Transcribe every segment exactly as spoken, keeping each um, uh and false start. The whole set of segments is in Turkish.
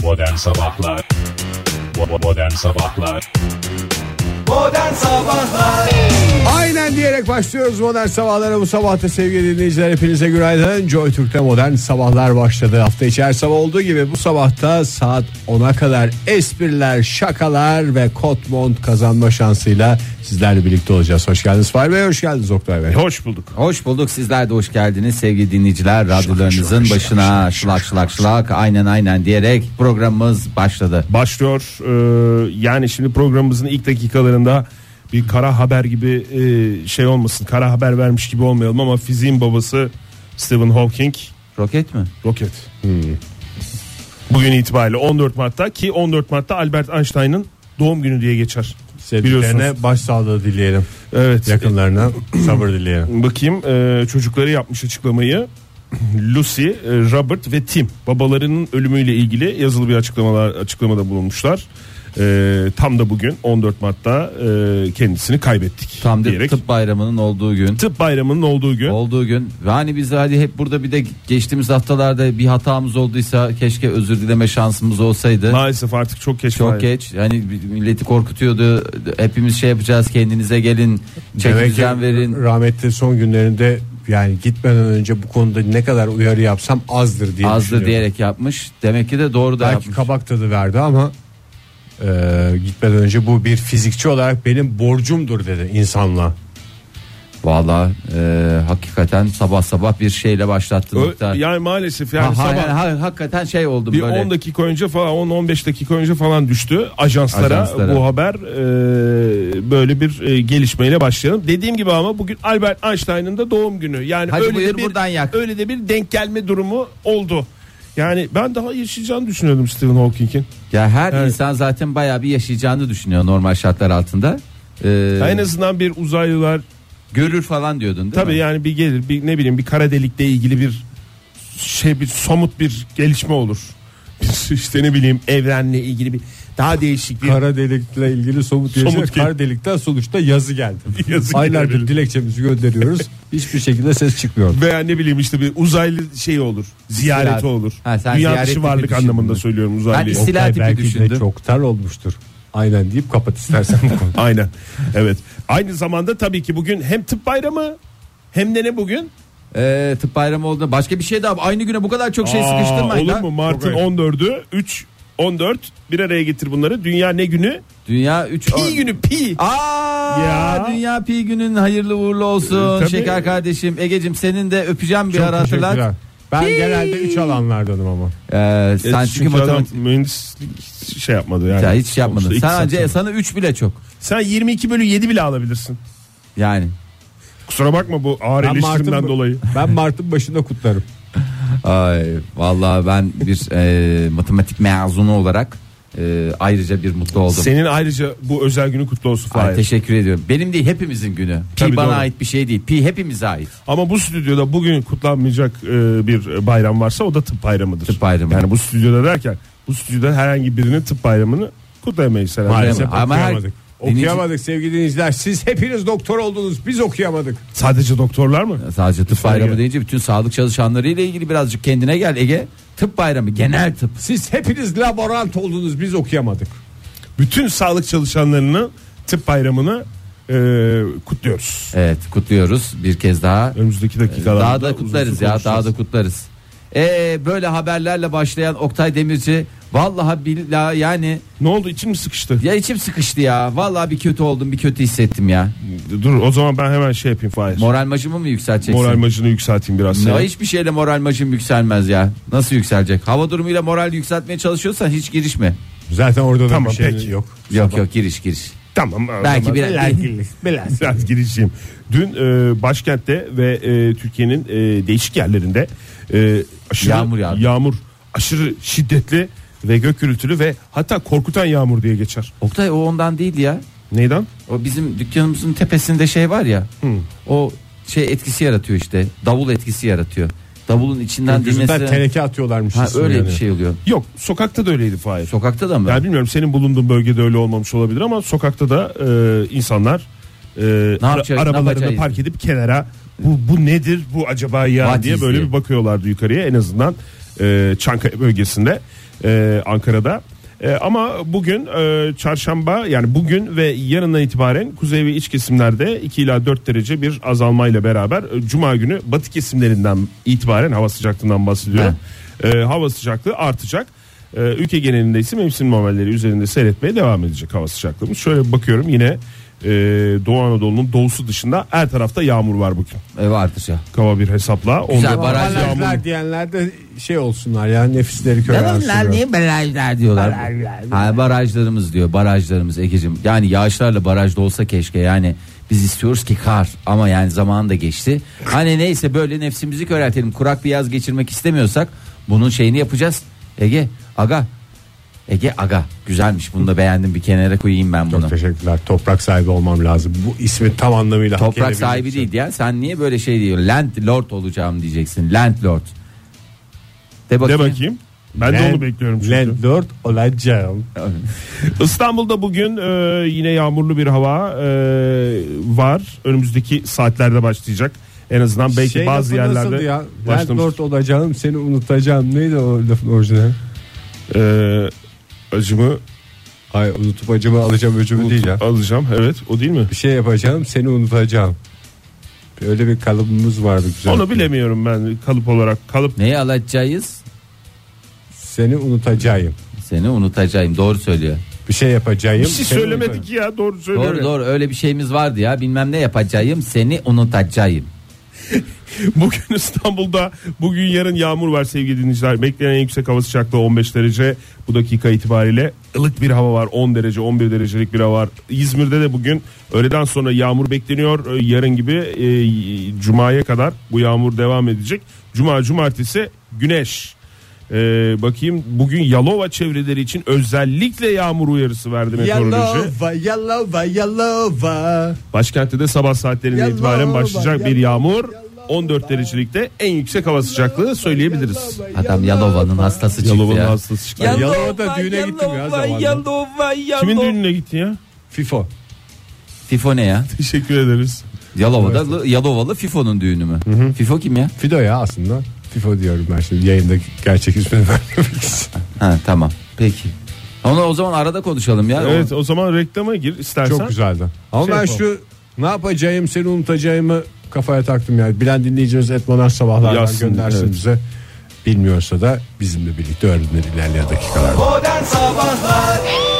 Modern Sabahlar Modern Sabahlar Modern Sabahlar Aynen diyerek başlıyoruz Modern Sabahlar'a. Bu sabahta sevgili dinleyiciler hepinize günaydın. Joy Türk'te Modern Sabahlar başladı. Hafta içi her sabah olduğu gibi bu sabahta saat ona kadar espriler, şakalar ve kot mont kazanma şansıyla sizlerle birlikte olacağız. Hoş geldiniz Fahir Bey, hoş geldiniz Oktay Bey. Hoş bulduk. Hoş bulduk, sizler de hoş geldiniz sevgili dinleyiciler. Radyolarınızın şılak, başına şılak, şılak şılak şılak aynen aynen diyerek programımız başladı. Başlıyor. Ee, yani şimdi programımızın ilk dakikalarında bir kara haber gibi e, şey olmasın. Kara haber vermiş gibi olmayalım ama fiziğin babası Stephen Hawking. Roket mi? Roket. Hmm. Bugün itibariyle on dört Mart'ta ki on dört Mart'ta Albert Einstein'ın doğum günü diye geçer. Sevdiklerine başsağlığı dileyelim. Evet. Yakınlarına sabır dileyelim. Bakayım e, çocukları yapmış açıklamayı. Lucy, e, Robert ve Tim babalarının ölümüyle ilgili yazılı bir açıklamalar açıklamada bulunmuşlar. E, tam da bugün on dört Mart'ta e, kendisini kaybettik. Tam da diyerek. tıp bayramının olduğu gün. Tıp bayramının olduğu gün. Olduğu gün. Ve hani biz hadi hep burada bir de geçtiğimiz haftalarda bir hatamız olduysa keşke özür dileme şansımız olsaydı. Maalesef artık çok geç. Çok geç. Yani milleti korkutuyordu. Hepimiz şey yapacağız, kendinize gelin, çeki düzen verin. Rahmetli son günlerinde yani gitmeden önce bu konuda ne kadar uyarı yapsam azdır diye Azdır diyerek yapmış. Demek ki de doğru da belki yapmış. kabak tadı verdi ama e, gitmeden önce bu bir fizikçi olarak benim borcumdur dedi insanlığa. Vallahi e, hakikaten sabah sabah bir şeyle başlattı Ö, nokta. yani maalesef yani ha, sabah yani, ha, hakikaten şey oldum bir böyle. on dakika önce falan on on beş dakika önce falan düştü ajanslara, Ajanslara. bu haber. E, böyle bir e, gelişmeyle başlayalım. Dediğim gibi ama bugün Albert Einstein'ın da doğum günü. Yani Hadi öyle buyur, de bir buradan yak. öyle de bir denk gelme durumu oldu. Yani ben daha yaşayacağını düşünüyordum Stephen Hawking'in. Ya her Evet. insan zaten bayağı bir yaşayacağını düşünüyor normal şartlar altında. Ee, En azından bir uzaylılar görür falan diyordun değil tabii mi? yani bir gelir, bir ne bileyim bir kara delikle ilgili bir şey, bir somut bir gelişme olur. Bir işte ne bileyim evrenle ilgili bir daha değişik bir Kara delikle ilgili somut Somut gelişme. gel- Kara delikten sonuçta yazı geldi. Yazı Aylardır geldi. dilekçemizi gönderiyoruz. Hiçbir şekilde ses çıkmıyor. veya ne bileyim işte bir uzaylı şeyi olur. Ziyareti Ziyaret. olur. Ha, sen Dünya ziyaret dışı gibi varlık düşündün. anlamında söylüyorum uzaylıyı. Ben istila Oktay, tipi belki de düşündüm. çok tar olmuştur. Aynen deyip kapat istersen. Aynen. Evet. Aynı zamanda tabii ki bugün hem tıp bayramı hem de ne bugün? Ee, tıp bayramı oldu. Başka bir şey daha. Aynı güne bu kadar çok şey Aa, sıkıştırmayın. olur lan. mu? Mart'ın Çok on dördü üç on dört bir araya getir bunları. Dünya ne günü? Dünya üç Pi günü, pi. Aa, Ya. Dünya Pi günün hayırlı uğurlu olsun. Ee, tabii. Şeker kardeşim Egecim, senin de öpeceğim bir Çok ara hatırlat. teşekkürler. Ben Hii. genelde üç alanlardanım ama. Ee, sen E, çünkü çünkü adam matematik mühendislik şey yapmadı yani. ya hiç yapmadın. Sonuçta Sen iktisat anca yapmadı. sana üç bile çok. Sen yirmi iki bölü yedi bile alabilirsin. Yani. Kusura bakma bu ağır Ben eleştirimden Mart'ın, dolayı. ben Mart'ın başında kutlarım. Ay vallahi ben bir e, matematik mezunu olarak e, ayrıca bir mutlu oldum. Senin ayrıca bu özel günü kutlu olsun Ay, Fahir. teşekkür ediyorum. Benim değil, hepimizin günü. Pi Tabii, bana doğru. ait bir şey değil. Pi hepimize ait. Ama bu stüdyoda bugün kutlanmayacak e, bir bayram varsa o da tıp bayramıdır. Tıp bayramı. Yani bu stüdyoda derken bu stüdyoda herhangi birinin tıp bayramını kutlayamayız herhalde. Maalesef Ama her- okuyamadık. Okuyamadık sevgili dinleyiciler. Siz hepiniz doktor oldunuz. Biz okuyamadık. Sadece doktorlar mı? Sadece tıp Lütfen bayramı Ege. deyince bütün sağlık çalışanları ile ilgili birazcık kendine gel Ege. Tıp bayramı, genel tıp. Siz hepiniz laborant oldunuz. Biz okuyamadık. Bütün sağlık çalışanlarını tıp bayramını e, kutluyoruz. Evet, kutluyoruz bir kez daha. Önümüzdeki dakikalarda Daha da uzun kutlarız uzun ya, konuşacağız. daha da kutlarız. Ee, böyle haberlerle başlayan Oktay Demirci, vallahi billahi yani Ne oldu, için mi sıkıştı? ya içim sıkıştı ya. Vallahi bir kötü oldum, bir kötü hissettim ya. Dur o zaman ben hemen şey yapayım Fahir. Moral majımı mı yükselteceksin? Moral macını yükselteyim biraz. Ne, sana. hiçbir şeyle moral majım yükselmez ya. Nasıl yükselecek? Hava durumuyla moral yükseltmeye çalışıyorsan hiç girişme. Zaten orada da Tamam, bir şey peki. yok. Yok yok, giriş giriş. Tamam. o Belki zaman bir Biraz. biraz girişeyim. Dün e, başkentte ve e, Türkiye'nin e, değişik yerlerinde e, aşırı Yağmur yağdı. yağmur, aşırı şiddetli ve gök gürültülü ve hatta korkutan yağmur diye geçer. Oktay o ondan değil ya. Neyden? O bizim dükkanımızın tepesinde şey var ya. Hı. O şey etkisi yaratıyor işte. Davul etkisi yaratıyor. Davulun içinden Gözünden dinmesi. teneke atıyorlarmış. Ha, isim öyle yani. bir şey oluyor. Yok, sokakta da öyleydi Fahir. Sokakta da mı? Yani bilmiyorum, senin bulunduğun bölgede öyle olmamış olabilir ama sokakta da e, insanlar e, ara- yapacağız, ne arabalarını yapacağız? park edip kenara bu bu nedir bu acaba ya What diye is böyle it? bir bakıyorlardı yukarıya, en azından e, Çankaya bölgesinde. e, Ankara'da. E, ama bugün e, çarşamba, yani bugün ve yarından itibaren kuzey ve iç kesimlerde iki ila dört derece bir azalmayla beraber e, cuma günü batı kesimlerinden itibaren hava sıcaklığından bahsediyorum. E, hava sıcaklığı artacak. E, ülke genelinde ise mevsim normalleri üzerinde seyretmeye devam edecek hava sıcaklığımız. Şöyle bakıyorum, yine e, Doğu Anadolu'nun doğusu dışında her tarafta yağmur var bugün. Ev artışı. Kava bir hesapla. Güzel, baraj Barajlar diyenler de şey olsunlar ya, nefisleri köre Barajlar niye barajlar diyorlar? Ha, barajlarımız diyor, barajlarımız Egeciğim. Yani yağışlarla barajda olsa keşke, yani biz istiyoruz ki kar, ama yani zaman da geçti. Hani neyse, böyle nefsimizi köreltelim. Kurak bir yaz geçirmek istemiyorsak bunun şeyini yapacağız. Ege aga Ege aga güzelmiş, bunu da beğendim, bir kenara koyayım ben bunu. Çok teşekkürler. Toprak sahibi olmam lazım. Bu ismi tam anlamıyla hak Toprak sahibi değil ya. Sen niye böyle şey diyor? Landlord olacağım diyeceksin. Landlord. De bakayım. De bakayım. Ben Land, de onu bekliyorum çünkü. Landlord olacağım. İstanbul'da bugün e, yine yağmurlu bir hava e, var. Önümüzdeki saatlerde başlayacak. En azından belki Şey bazı lafı nasıldı yerlerde ya? başlamış. Landlord olacağım, seni unutacağım. Neydi o lafın orijinali? E, acımı Ay, unutup acımı alacağım, öcümü değil ya. alacağım. Evet, o değil mi? Bir şey yapacağım, seni unutacağım. Öyle bir kalıbımız vardı güzel. Onu bilemiyorum ben kalıp olarak. Kalıp Neyi alacağız? Seni unutacağım. Seni unutacağım. Doğru söylüyor. Bir şey yapacağım. bir şey seni söylemedik unutacağım. ya, doğru söylüyor. Doğru doğru, öyle bir şeyimiz vardı ya. Bilmem ne yapacağım, seni unutacağım. Bugün İstanbul'da bugün yarın yağmur var sevgili dinleyiciler. Beklenen en yüksek hava sıcaklığı on beş derece. Bu dakika itibariyle ılık bir hava var. on derece, on bir derecelik bir hava var. İzmir'de de bugün öğleden sonra yağmur bekleniyor. Yarın gibi e, Cuma'ya kadar bu yağmur devam edecek. Cuma, cumartesi güneş. Ee, bakayım, bugün Yalova çevreleri için özellikle yağmur uyarısı verdi meteoroloji. Yalova, Yalova, Yalova. Başkentte de sabah saatlerinde Yalova, itibaren başlayacak bir Yalova, yağmur. on dört derecelikte en yüksek hava sıcaklığı söyleyebiliriz. Adam Yalova'nın hastası çıktı Yalova'nın ya. hastası çıktı. Yalova, Yalova'da düğüne gittim ya zamanında. Yalova, Yalova. Kimin düğününe gittin ya? FIFO. FIFO ne ya? Teşekkür ederiz. Yalova'da Yalovalı FIFO'nun düğünü mü? FIFO kim ya? Fido ya aslında. FIFO diyorum ben şimdi yayında gerçek ismini vermemek için. Ha tamam. Peki. Onu o zaman arada konuşalım ya. Evet, o zaman reklama gir istersen. Çok güzeldi. Ama Şey ben yapalım. şu ne yapacağım, seni unutacağımı kafaya taktım ya. Bilen dinleyicimiz Etmanar sabahlardan Yazsın, göndersin evet. bize. Bilmiyorsa da bizimle birlikte öğrenir ilerleyen dakikalarda. Modern Sabahlar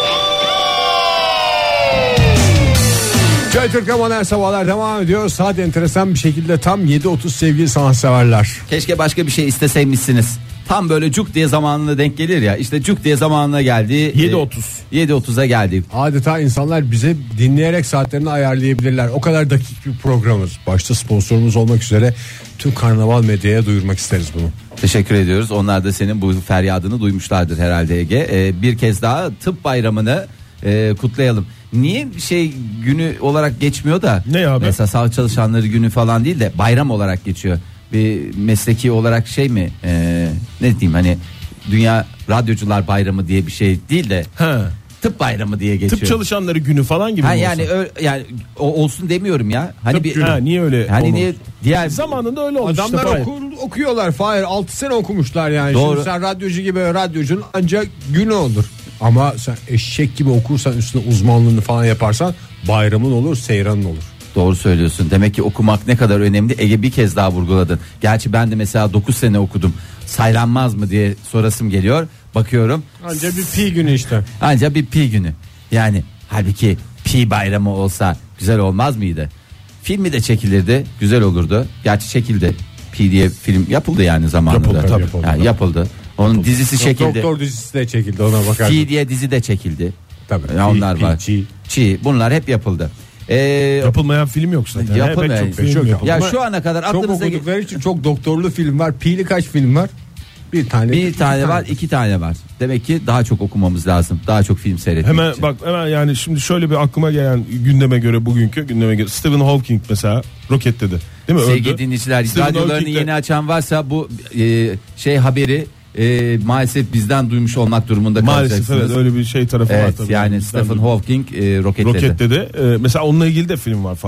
Joy Türk'te modern sabahlar devam ediyor. Saat enteresan bir şekilde tam yedi otuz sevgili sanatseverler. Keşke başka bir şey isteseymişsiniz. Tam böyle cuk diye zamanına denk gelir ya. İşte cuk diye zamanına geldi. yedi otuz. yedi otuza geldi. Adeta insanlar bize dinleyerek saatlerini ayarlayabilirler. O kadar dakik bir programımız. Başta sponsorumuz olmak üzere tüm karnaval medyaya duyurmak isteriz bunu. Teşekkür ediyoruz. Onlar da senin bu feryadını duymuşlardır herhalde Ege. Ee, bir kez daha tıp bayramını e, kutlayalım. Niye şey günü olarak geçmiyor da? Ne abi? Mesela sağlık çalışanları günü falan değil de bayram olarak geçiyor. Bir mesleki olarak şey mi? Ee, ne diyeyim, hani Dünya Radyocular Bayramı diye bir şey değil de Ha. tıp bayramı diye geçiyor. Tıp çalışanları günü falan gibi Ha, mi yani olsun? ö- yani o olsun demiyorum ya. Hani Tıp bir günü. Ha, niye öyle Hani olmamış? niye diğer Zamanında öyle olmuş. Adamlar işte, oku, okuyorlar Fahir, altı sene okumuşlar yani. Doğru. Şimdi sen radyocu gibi radyocunun ancak günü olur. Ama sen eşek gibi okursan, üstüne uzmanlığını falan yaparsan bayramın olur, seyranın olur. Doğru söylüyorsun. Demek ki okumak ne kadar önemli. Ege bir kez daha vurguladın. Gerçi ben de mesela dokuz sene okudum. Saylanmaz mı diye sorasım geliyor. Bakıyorum. Ancak bir pi günü işte. Ancak bir pi günü. Yani halbuki pi bayramı olsa güzel olmaz mıydı? Filmi de çekilirdi. Güzel olurdu. Gerçi çekildi. Pi diye film yapıldı yani zamanında. Yapıldı, tabii, yapıldı. Yani yapıldı. Onun dizisi çekildi. Doktor dizisi de çekildi, ona bakarsın. Pi diye dizi de çekildi. Tabii. Ya onlar Pi, var. Pi, Çi. Bunlar hep yapıldı. Ee, Yapılmayan film yok zaten. Yapılmayan Evet, çok film film yok. yapıldı. ya Ama şu ana kadar Çok aklınıza okudukları için çok doktorlu film var. Pi'li kaç film var? Bir tane. bir iki tane var, iki tane var. Demek ki daha çok okumamız lazım. Daha çok film seyretmek Hemen için. bak, hemen yani şimdi şöyle bir aklıma gelen gündeme göre, bugünkü gündeme göre Stephen Hawking mesela roket dedi. Değil mi? Sevgili Öldü. dinleyiciler, Stephen radyolarını Hawking de- yeni açan varsa bu e, şey haberi e, maalesef bizden duymuş olmak durumunda Maalesef kalacaksınız. evet, öyle bir şey tarafı var Evet, tabii. yani Bizden Stephen de- Hawking e, roketledi. Roket dedi. Ee, mesela onunla ilgili de film var Fahir.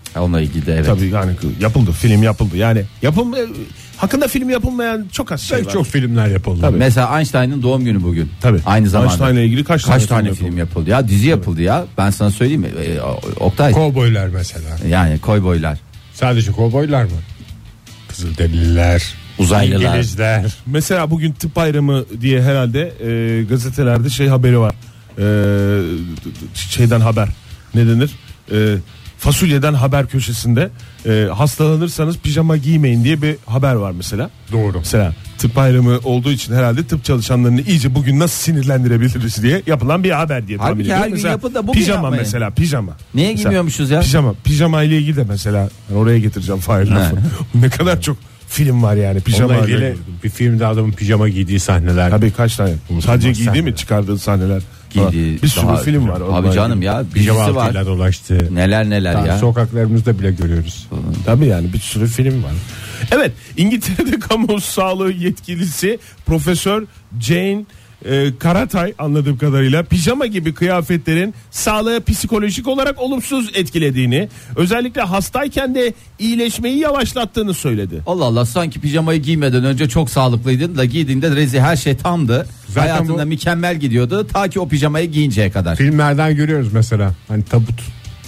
Onunla ilgili de evet. Tabii yani yapıldı, film yapıldı. Yani yapım hakkında film yapılmayan çok az şey Pek var. çok filmler yapıldı. Tabii. Mesela Einstein'ın doğum günü bugün. Tabii. Aynı zamanda. Einstein'la ilgili kaç, kaç tane, tane film, film yapıldı ya, dizi yapıldı ya. Ben sana söyleyeyim mi? Ee, Oktay. Kovboylar mesela. Yani kovboylar. Sadece kovboylar mı? Kızılderililer, Uzaylılar. İngilizler. Mesela bugün tıp bayramı diye herhalde e, gazetelerde şey haberi var. E, şeyden haber. Ne denir? E, fasulyeden haber köşesinde e, hastalanırsanız pijama giymeyin diye bir haber var mesela. Doğru. Mesela tıp bayramı olduğu için herhalde tıp çalışanlarını iyice bugün nasıl sinirlendirebiliriz diye yapılan bir haber diye tahmin Halbuki ediyorum. her gün Mesela yapın da bugün pijama yapmayın. mesela pijama. Neye Mesela giymiyormuşuz ya? Pijama. Pijama ile ilgili de mesela ben oraya getireceğim Fahir lafı. Ne kadar çok film var yani pijama Onunla ile ilgili ilgili. bir filmde adamın pijama giydiği sahneler. Tabii kaç tane. Sadece giydiği sahneler. mi çıkardığı sahneler. Giydiği Bir sürü daha- film var. Abi onunla canım ilgili. ya, Pijama dizisi var. altıyla dolaştı. Neler neler Daha ya. sokaklarımızda bile görüyoruz. Tabii yani bir sürü film var. Evet, İngiltere'de kamu sağlığı yetkilisi Profesör Jane e, Karatay anladığım kadarıyla pijama gibi kıyafetlerin sağlığı psikolojik olarak olumsuz etkilediğini, özellikle hastayken de iyileşmeyi yavaşlattığını söyledi. Allah Allah, sanki pijamayı giymeden önce çok sağlıklıydın da giydiğinde rezi her şey tamdı. Zaten Hayatında bu- mükemmel gidiyordu ta ki o pijamayı giyinceye kadar. Filmlerden görüyoruz mesela. Hani tabut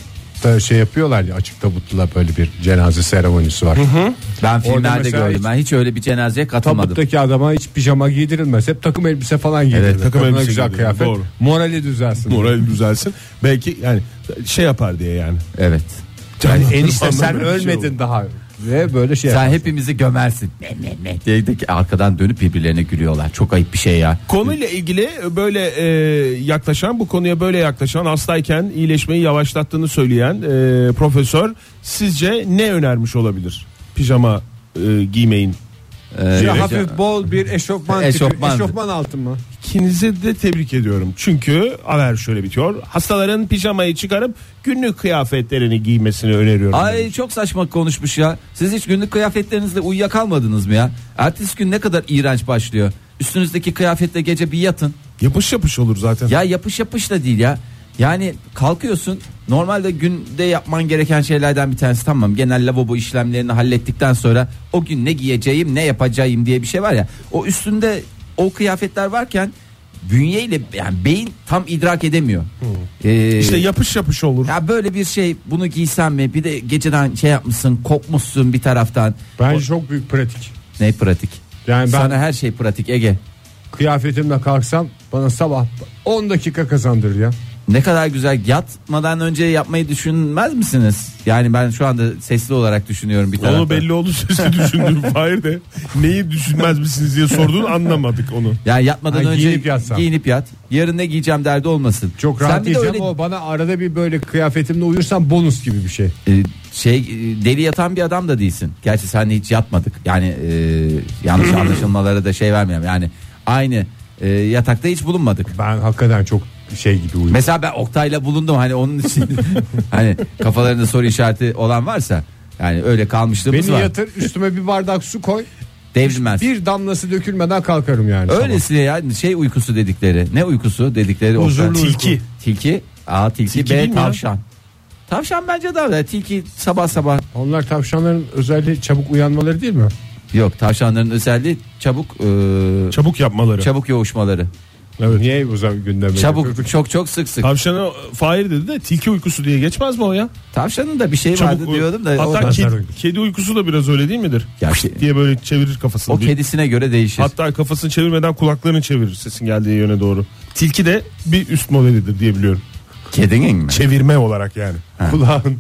da şey yapıyorlar ya, açık tabutla böyle bir cenaze seremonisi var. Ben filmlerde mesela gördüm. hiç- Ben hiç öyle bir cenazeye katılmadım. Tabuttaki adama hiç pijama giydirilmez. Hep takım elbise falan giydirilir. Evet, takım Kadına elbise güzel giydirilir, kıyafet. doğru. Morali düzelsin. Moral düzelsin. Belki yani şey yapar diye yani. Evet. Yani enişte sen Anlamda bir şey ölmedin oldu. daha. Ve böyle şey Sen yaparsın. hepimizi gömersin. Ne ne ne diye de arkadan dönüp birbirlerine gülüyorlar. Çok ayıp bir şey ya. Konuyla ilgili böyle e, yaklaşan, bu konuya böyle yaklaşan, hastayken iyileşmeyi yavaşlattığını söyleyen e, profesör sizce ne önermiş olabilir? Pijama e, giymeyin. Ee, Ya rica- hafif bol bir eşofman, Eşofman. tipi. Eşofman altı mı? İkinizi de tebrik ediyorum. Çünkü haber şöyle bitiyor. Hastaların pijamayı çıkarıp günlük kıyafetlerini giymesini öneriyorum. Ay çok saçma konuşmuş ya. Siz hiç günlük kıyafetlerinizle uyuyakalmadınız mı ya? Ertesi gün ne kadar iğrenç başlıyor. Üstünüzdeki kıyafetle gece bir yatın. Yapış yapış olur zaten. Ya yapış yapış da değil ya. Yani kalkıyorsun, normalde günde yapman gereken şeylerden bir tanesi, tamam, genel lavabo işlemlerini hallettikten sonra o gün ne giyeceğim ne yapacağım diye bir şey var ya. O üstünde o kıyafetler varken bünyeyle, yani beyin tam idrak edemiyor. Ee, İşte yapış yapış olur. ya böyle bir şey, bunu giysem mi, bir de geceden şey yapmışsın, kopmuşsun bir taraftan. Bence çok büyük pratik. Ne pratik. Yani ben Sana her şey pratik Ege. kıyafetimle kalksam bana sabah on dakika kazandırır ya. Ne kadar güzel, yatmadan önce yapmayı düşünmez misiniz? Yani ben şu anda sesli olarak düşünüyorum bir taraftan. Onu belli oldu sesi düşündüğüm Fahir de neyi düşünmez misiniz diye sorduğunu anlamadık onu. Yani yatmadan Ay, önce giyinip yatsam. giyinip yat. Yarın ne giyeceğim derdi olmasın. Çok Sen rahat bir de diyeceğim, öyle o bana arada bir böyle kıyafetimle uyursam bonus gibi bir şey. e, şey e, deli yatan bir adam da değilsin. Gerçi senle hiç yatmadık. Yani e, yanlış anlaşılmalara da şey vermiyorum. Yani aynı e, yatakta hiç bulunmadık. Ben hakikaten çok şey gibi uyuyorum. Mesela ben Oktay'la bulundum, hani onun için hani kafalarında soru işareti olan varsa, yani öyle kalmışlığımız Beni var. yatır, üstüme bir bardak su koy. Devrilmez. Bir damlası dökülmeden kalkarım yani. Öylesine ya, şey uykusu dedikleri. Ne uykusu dedikleri? Huzurlu Oktay? uyku. Tilki. Tilki. A tilki, Tilki B değil mi ya? tavşan. Tavşan bence daha da, tilki sabah sabah. Sabah. Onlar tavşanların özelliği çabuk uyanmaları değil mi? Yok, tavşanların özelliği çabuk e, Çabuk yapmaları. çabuk yoğuşmaları. Evet. Niye bu zaman gündeme Çabuk, getirdik? çok çok sık sık. Tavşanı Fahir dedi de tilki uykusu diye geçmez mi o ya? Tavşanın da bir şey vardı uy- diyordum da. Hatta o, Tavşan kedi, uykusu. kedi uykusu da biraz öyle değil midir? Ya Pışt ki- diye böyle çevirir kafasını. o Bir- kedisine göre değişir. Hatta kafasını çevirmeden kulaklarını çevirir sesin geldiği yöne doğru. Tilki de bir üst modelidir diye biliyorum. Kedinin mi? Çevirme olarak yani. Ha. Kulağın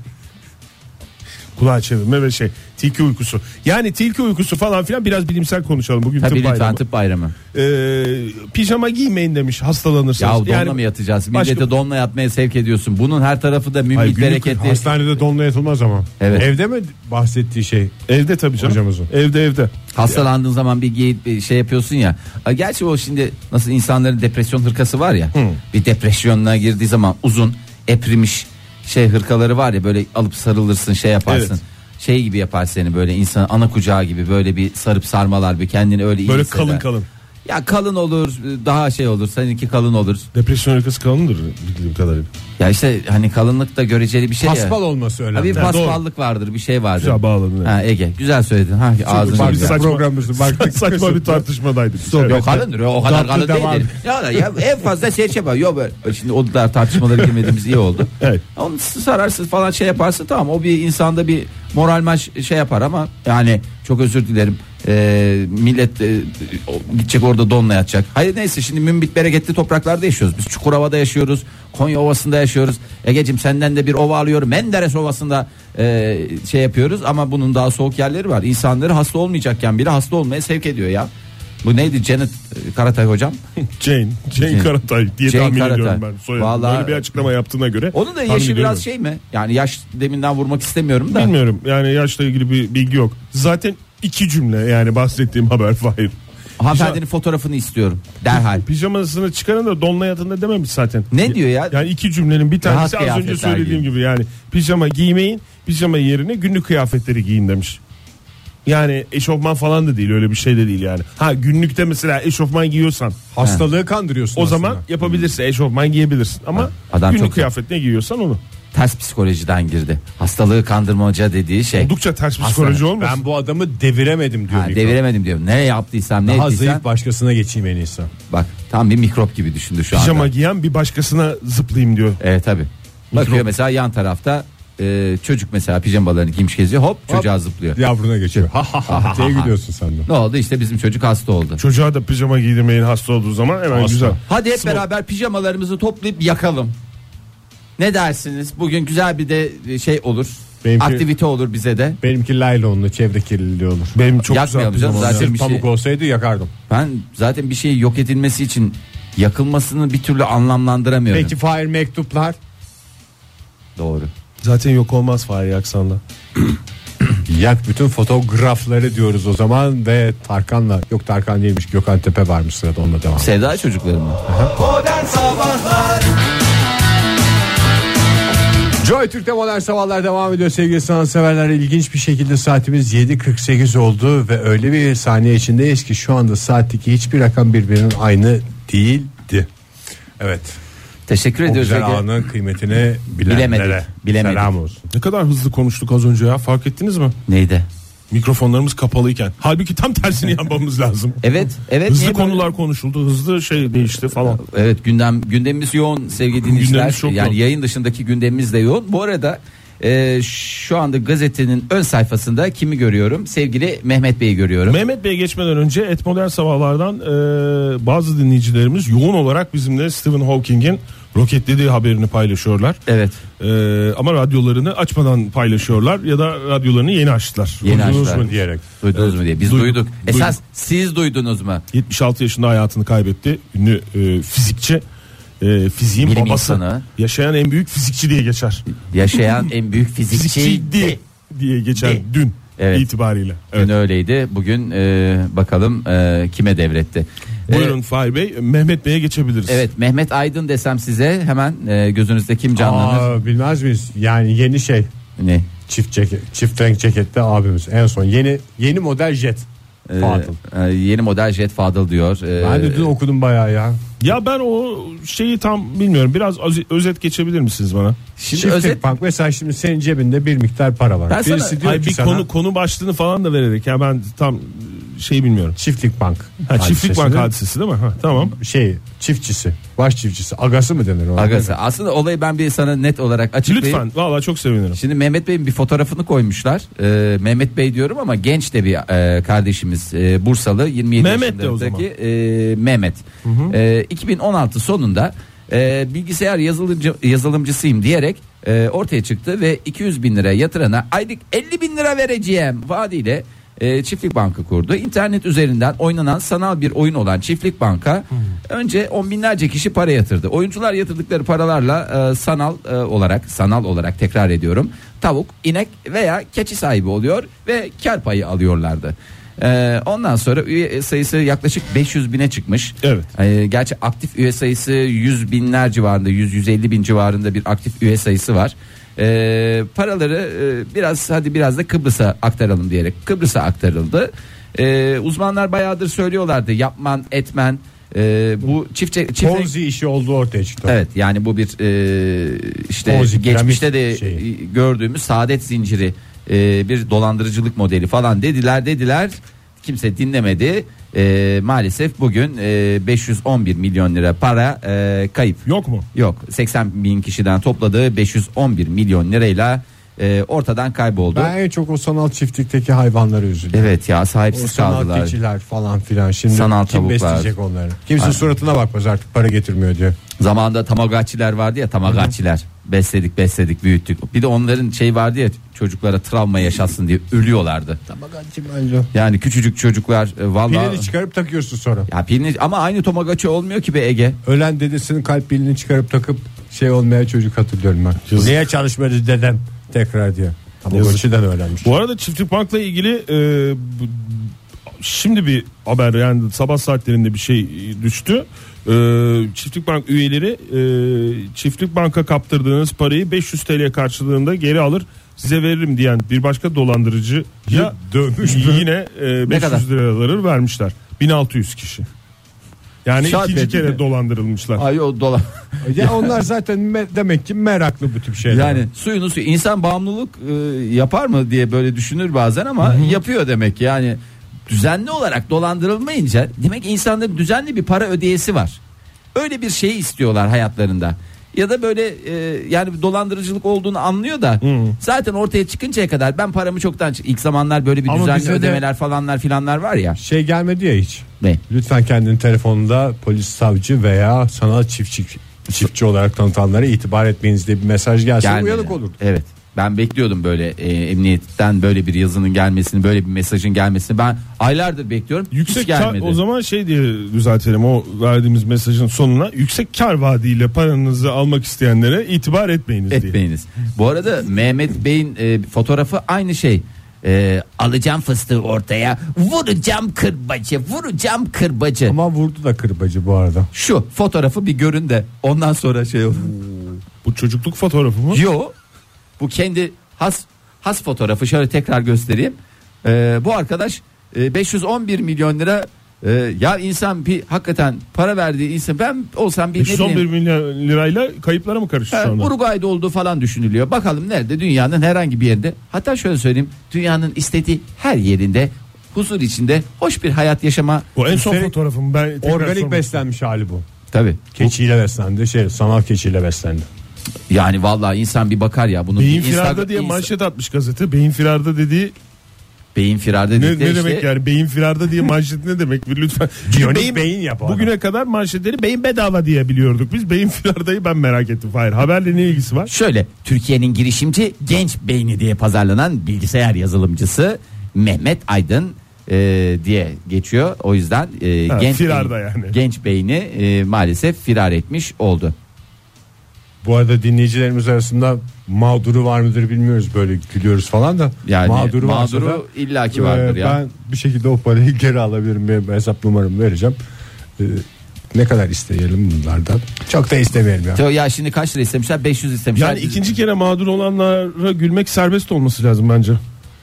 kulağı çevirme ve şey tilki uykusu. Yani tilki uykusu falan filan biraz bilimsel konuşalım bugün Tabii tıp lütfen, bayramı. tıp bayramı. Ee, pijama giymeyin demiş Ya hastalanırsanız. donla yani mı yatacağız? başka- Millete donla yatmaya sevk ediyorsun. Bunun her tarafı da Hayır, mümkün günlük bereketli. hastanede donla yatılmaz ama. Evet. Evde mi bahsettiği şey? Evde tabii canım. Hocamızın. Evde evde. Hastalandığın zaman bir giyip bir şey yapıyorsun ya. A, Gerçi o şimdi nasıl insanların depresyon hırkası var ya. Bir depresyonuna girdiği zaman uzun eprimiş şey hırkaları var ya, böyle alıp sarılırsın, şey yaparsın. Evet. Şey gibi yapar seni, böyle insan ana kucağı gibi böyle bir sarıp sarmalar, bir kendini öyle iyi Böyle hisseder. kalın kalın. Ya kalın olur, daha şey olur. Seninki kalın olur. Depresyon hırkası kalındır bildiğim kadarıyla. Ya işte hani kalınlık da göreceli bir şey ya. Paspal olması önemli. Bir paspallık vardır, bir şey vardır. Güzel bağladın. Ha Ege, güzel söyledin. Ha ağzını Bak, güzel. saçma, programımızı baktık. Saçma bir tartışmadaydık. Yok kalındır, o kadar kalın değil. Ya, ya en fazla serçe yapar. Yok böyle. Şimdi o kadar tartışmalara girmediğimiz iyi oldu. Evet. Onu sararsın falan şey yaparsın, tamam, o bir insanda bir moral maç şey yapar ama yani çok özür dilerim. Ee, millet e, gidecek orada donla yatacak. Hayır neyse, şimdi mümbit bereketli topraklarda yaşıyoruz. Biz Çukurova'da yaşıyoruz. Konya Ovası'nda yaşıyoruz. Egeciğim senden de bir ova alıyorum. Menderes Ovası'nda e, şey yapıyoruz ama bunun daha soğuk yerleri var. İnsanları hasta olmayacakken bile hasta olmaya sevk ediyor ya. Bu neydi, Janet Karatay hocam? Jane, Jane Karatay diye Jane tahmin Karatay. ediyorum ben. Soyadı. Vallahi, böyle bir açıklama yaptığına göre. Onun da tahmin yaşı ediyorum. biraz şey mi? Yani yaş deminden vurmak istemiyorum da. Bilmiyorum yani yaşla ilgili bir bilgi yok. Zaten iki cümle yani bahsettiğim haber Fahir. Hanımefendinin fotoğrafını istiyorum derhal. Pijamasını çıkarın da donla yatında dememiş zaten. Ne diyor ya? Yani iki cümlenin bir tanesi Rahat az önce kıyafetler söylediğim giyin. gibi yani pijama giymeyin, pijama yerine günlük kıyafetleri giyin demiş. Yani eşofman falan da değil, öyle bir şey de değil yani. Ha günlükte mesela eşofman giyiyorsan Hastalığı kandırıyorsun o aslında. zaman yapabilirsin, eşofman giyebilirsin ama Ha, adam günlük çok- kıyafet ne giyiyorsan onu. Ters psikolojiden girdi. Hastalığı kandırmaca dediği şey. Oldukça ters psikoloji olmasın. Ben bu adamı deviremedim diyor. Ha, Niko. deviremedim diyorum. Ne yaptıysam ne Daha ettiysem. zayıf başkasına geçeyim en iyisi. Bak tam bir mikrop gibi düşündü şu Pijama anda. giyen bir başkasına zıplayayım diyor. Evet tabi. Bakıyor mesela yan tarafta e, çocuk mesela pijamalarını giymiş geziyor, hop çocuğa zıplıyor. Yavruna geçiyor. Ha ha ha diye gülüyorsun sen de. Ne oldu, işte bizim çocuk hasta oldu. Çocuğa da pijama giydirmeyin hasta olduğu zaman hemen Hasta. güzel. Hadi hep Small. beraber pijamalarımızı toplayıp yakalım. Ne dersiniz? Bugün güzel bir de şey olur. Benimki- Aktivite olur bize de. Benimki laylonlu, çevre kirliliği olur. Benim çok Yakmayalım güzel canım, pijamam zaten var. bir Pamuk şey- olsaydı yakardım. Ben zaten bir şeyin yok edilmesi için yakılmasını bir türlü anlamlandıramıyorum. Peki Fahir, mektuplar? Doğru. Zaten yok olmaz Fahri Aksan'da. Yak bütün fotoğrafları diyoruz o zaman ve Tarkan'la, yok Tarkan değilmiş, Gökhan Tepe varmış sırada, onunla devam. Sevda çocukları mı? Modern Sabahlar Joy Türk'te modern sabahlar devam ediyor sevgili sanatseverler. İlginç bir şekilde saatimiz yedi kırk sekiz oldu ve öyle bir saniye içindeyiz ki şu anda saatteki hiçbir rakam birbirinin aynı değildi. Evet. Teşekkür O ediyoruz. güzel Ege. anın kıymetini bilenlere Bilemedik, bilemedik. selam olsun. Ne kadar hızlı konuştuk az önce ya, fark ettiniz mi? Neydi? Mikrofonlarımız kapalıyken. Halbuki tam tersini yapmamız lazım. Evet, evet. Hızlı niye böyle? konular konuşuldu, hızlı şey değişti falan. Evet, gündem gündemimiz yoğun sevgili dinleyiciler. Gündemimiz çok Yani yoğun. yayın dışındaki gündemimiz de yoğun. Bu arada e, şu anda gazetenin ön sayfasında kimi görüyorum? Sevgili Mehmet Bey'i görüyorum. Mehmet Bey'e geçmeden önce Et Modern Sabahlardan e, bazı dinleyicilerimiz yoğun olarak bizimle Stephen Hawking'in roketlediği haberini paylaşıyorlar. Evet. E, ama radyolarını açmadan paylaşıyorlar ya da radyolarını yeni açtılar. Yeni Duydunuz açtılar. mu Diyerek. Duydunuz mu diye. Biz Duyduk, duyduk. Esas duyduk. siz duydunuz mu? yetmiş altı yaşında hayatını kaybetti. Ünlü e, fizikçi. E, fiziğin Bilim babası. insanı. Yaşayan en büyük fizikçi diye geçer. Yaşayan en büyük fizikçiydi. Fizikçiydi diye geçer Di. dün Evet. itibariyle. Dün Evet. öyleydi. Bugün e, bakalım e, kime devretti. E, Buyurun Fahir Bey, Mehmet Bey'e geçebiliriz. Evet, Mehmet Aydın desem size hemen e, gözünüzde kim canlanır? Aa, bilmez miyiz? Yani yeni şey, Ne? çift ceket, çift renk cekette abimiz. En son yeni yeni model jet. E, Fadıl. e, yeni model Jet Fadıl diyor. E, Ben de dün okudum bayağı ya. Ya ben o şeyi tam bilmiyorum. Biraz öz- özet geçebilir misiniz bana? Şimdi Çiftlik özet bank, mesela şimdi senin cebinde bir miktar para var. Ben sana- Birisi diyor Hayır, ki bir sana, konu konu başlığını falan da vererek ya ben tam şey bilmiyorum. çiftlik bank. Ha, çiftlik bank hadisesinin hadisesi değil mi? Ha, tamam. Şey, çiftçisi, baş çiftçisi, agası mı denir ona? Agası. Aslında olayı ben bir sana net olarak açıklayayım. Lütfen vallahi çok sevinirim. Şimdi Mehmet Bey'in bir fotoğrafını koymuşlar. Ee, Mehmet Bey diyorum ama genç de bir e, kardeşimiz, e, Bursalı, yirmi yedi Mehmet de o yaşındaki e, Mehmet. E, iki bin on altı sonunda e, bilgisayar yazılımcı, yazılımcısıyım diyerek e, ortaya çıktı ve iki yüz bin lira yatırana aylık elli bin lira vereceğim vaadiyle e, Çiftlik Bank'ı kurdu. İnternet üzerinden oynanan sanal bir oyun olan Çiftlik Bank'a önce on binlerce kişi para yatırdı. Oyuncular yatırdıkları paralarla e, sanal e, olarak sanal olarak tekrar ediyorum, tavuk, inek veya keçi sahibi oluyor ve kar payı alıyorlardı. E, ondan sonra üye sayısı yaklaşık beş yüz bine çıkmış. Evet. E, gerçi aktif üye sayısı yüz binler civarında, yüz yüz elli bin civarında bir aktif üye sayısı var. Ee, paraları e, biraz hadi biraz da Kıbrıs'a aktaralım diyerek Kıbrıs'a aktarıldı. Ee, uzmanlar bayağıdır söylüyorlardı yapman etmen. Ee, bu çiftçe çift Ponzi işi olduğu ortaya çıktı. Evet, yani bu bir e, işte Ponzi, geçmişte de şeyi. gördüğümüz saadet zinciri, e, bir dolandırıcılık modeli falan dediler dediler. Kimse dinlemedi. E, maalesef bugün e, beş yüz on bir milyon lira para e, kayıp. Yok mu? Yok, seksen bin kişiden topladığı beş yüz on bir milyon lirayla e, ortadan kayboldu. Ben en çok o sanal çiftlikteki hayvanlara üzülüyorum. Evet ya, O sahipsiz sanal kaldılar. keçiler falan filan. Şimdi Sanal kim tavuklar. besleyecek onları? Kimse Aynen. suratına bakmaz artık, para getirmiyor diye. Zamanında tamagotchi'ler vardı ya, tamagotchi'ler. Besledik besledik büyüttük. Bir de onların şey vardı ya, çocuklara travma yaşatsın diye ölüyorlardı. Tamagotchi bence. Yani küçücük çocuklar e, vallahi Pilini çıkarıp takıyorsun sonra. ya pilini, ama aynı Tamagotchi olmuyor ki be Ege. Ölen dedesinin kalp pilini çıkarıp takıp şey olmaya çocuk hatırlıyorum ben. Yazık. Niye çalışmadı dedem tekrar diye. Tamagotchi'den öğrenmiş. Bu arada Çiftlik Bank'la ilgili e, bu, şimdi bir haber, yani sabah saatlerinde bir şey düştü. E, Çiftlik Bank üyeleri e, Çiftlik Bank'a kaptırdığınız parayı beş yüz TL karşılığında geri alır, size veririm diyen bir başka dolandırıcı ya dövmüş mü? yine e, beş yüz kadar? liraları vermişler. bin altı yüz kişi. Yani Şart ikinci değil mi? kere dolandırılmışlar. Ay o dolar. Ya onlar zaten me- demek ki meraklı bu tip şeyler. Yani suyunu suyu, insan bağımlılık e, yapar mı diye böyle düşünür bazen ama yapıyor demek ki. Yani düzenli olarak dolandırılmayınca demek ki insanların düzenli bir para ödeyesi var. Öyle bir şeyi istiyorlar hayatlarında. Ya da böyle e, yani dolandırıcılık olduğunu anlıyor da zaten ortaya çıkıncaya kadar ben paramı çoktan ilk zamanlar böyle bir Ama düzenli bize de- ödemeler falanlar filanlar var ya. Şey gelmedi ya hiç. Ne? Lütfen kendini telefonunda polis, savcı veya sanal çiftçi çiftçi olarak tanıtanlara itibar etmeyiniz diye bir mesaj gelse Gelmedi. uyanık olurdu. Evet. Ben bekliyordum böyle e, emniyetten böyle bir yazının gelmesini, böyle bir mesajın gelmesini. Ben aylardır bekliyorum. Yüksek Hiç kar, gelmedi. o zaman şey diye düzeltelim o verdiğimiz mesajın sonuna, yüksek kar vaadiyle paranızı almak isteyenlere itibar etmeyiniz diye. Etmeyiniz. Bu arada Mehmet Bey'in e, fotoğrafı aynı şey. E, alacağım fıstığı ortaya, vuracağım kırbacı, vuracağım kırbacı. Ama vurdu da kırbacı bu arada. Şu fotoğrafı bir görün de ondan sonra şey olur. Bu çocukluk fotoğrafı mı? Yo, bu kendi has has fotoğrafı, şöyle tekrar göstereyim. E, bu arkadaş e, beş yüz on bir milyon lira. Ee, ya insan bir hakikaten para verdiği insan, ben olsam bir beş ne yüz on bir bileyim, milyon lirayla kayıplara mı karıştı ha, şu anda? Uruguay'da olduğu falan düşünülüyor. Bakalım nerede, dünyanın herhangi bir yerinde. Hatta şöyle söyleyeyim, dünyanın istediği her yerinde huzur içinde hoş bir hayat yaşama. Bu en son Üstelik fotoğrafım. Ben tekrar Organik sormak beslenmiş hali bu. Tabii. Keçiyle beslendi. Şey, sanal keçiyle beslendi. Yani vallahi insan bir bakar ya bunun. Beyin bir firarda Instagram- diye ins- manşet atmış gazete. Beyin firarda dediği Beyin firarda ne, dedikleri ne demek işte, yani? Beyin firarda diye manşet ne demek? Bir lütfen. Biyonik beyin yap o adam. Bugüne kadar manşetleri beyin bedava diye biliyorduk. Biz beyin firardayı ben merak ettim. Hayır, haberle ne ilgisi var? şöyle, Türkiye'nin girişimci genç beyni diye pazarlanan bilgisayar yazılımcısı Mehmet Aydın e, diye geçiyor. O yüzden e, Ha, genç firarda beyin- yani. genç beyni e, maalesef firar etmiş oldu. Bu arada dinleyicilerimiz arasında mağduru var mıdır bilmiyoruz, böyle gülüyoruz falan da. Yani mağduru, varsa mağduru da, illaki vardır e, ya. Ben bir şekilde o parayı geri alabilirim. Benim hesap numaramı vereceğim. E, ne kadar isteyelim bunlardan? Çok da istemeyelim ya. Ya. Ya şimdi kaç lira istemişler? beş yüz istemişler. Yani ikinci kere mağdur olanlara gülmek serbest olması lazım bence.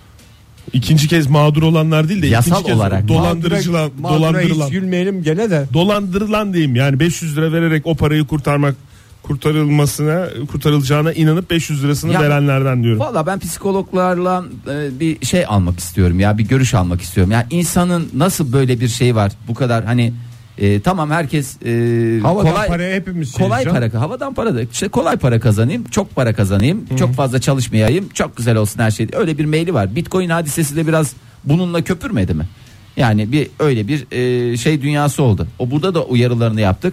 İkinci kez mağdur olanlar değil de Yasal ikinci kez olarak. dolandırıcılan, Mağdura- mağdura dolandırılan, hiç gülmeyelim gene de. dolandırılan diyeyim. Yani beş yüz lira vererek o parayı kurtarmak, kurtarılmasına, kurtarılacağına inanıp beş yüz lirasını Ya- verenlerden diyorum. Valla ben psikologlarla e, bir şey almak istiyorum ya, bir görüş almak istiyorum. Ya insanın nasıl böyle bir şey var, bu kadar hani e, tamam herkes e, Havadan kolay paraya hepimiz kolay şeyiz para, havadan para da işte kolay para kazanayım, çok para kazanayım, çok fazla çalışmayayım, çok güzel olsun her şey. Öyle bir meyli var. Bitcoin hadisesi de biraz bununla köpürmedi mi? Yani bir öyle bir e, şey dünyası oldu. O burada da uyarılarını yaptık.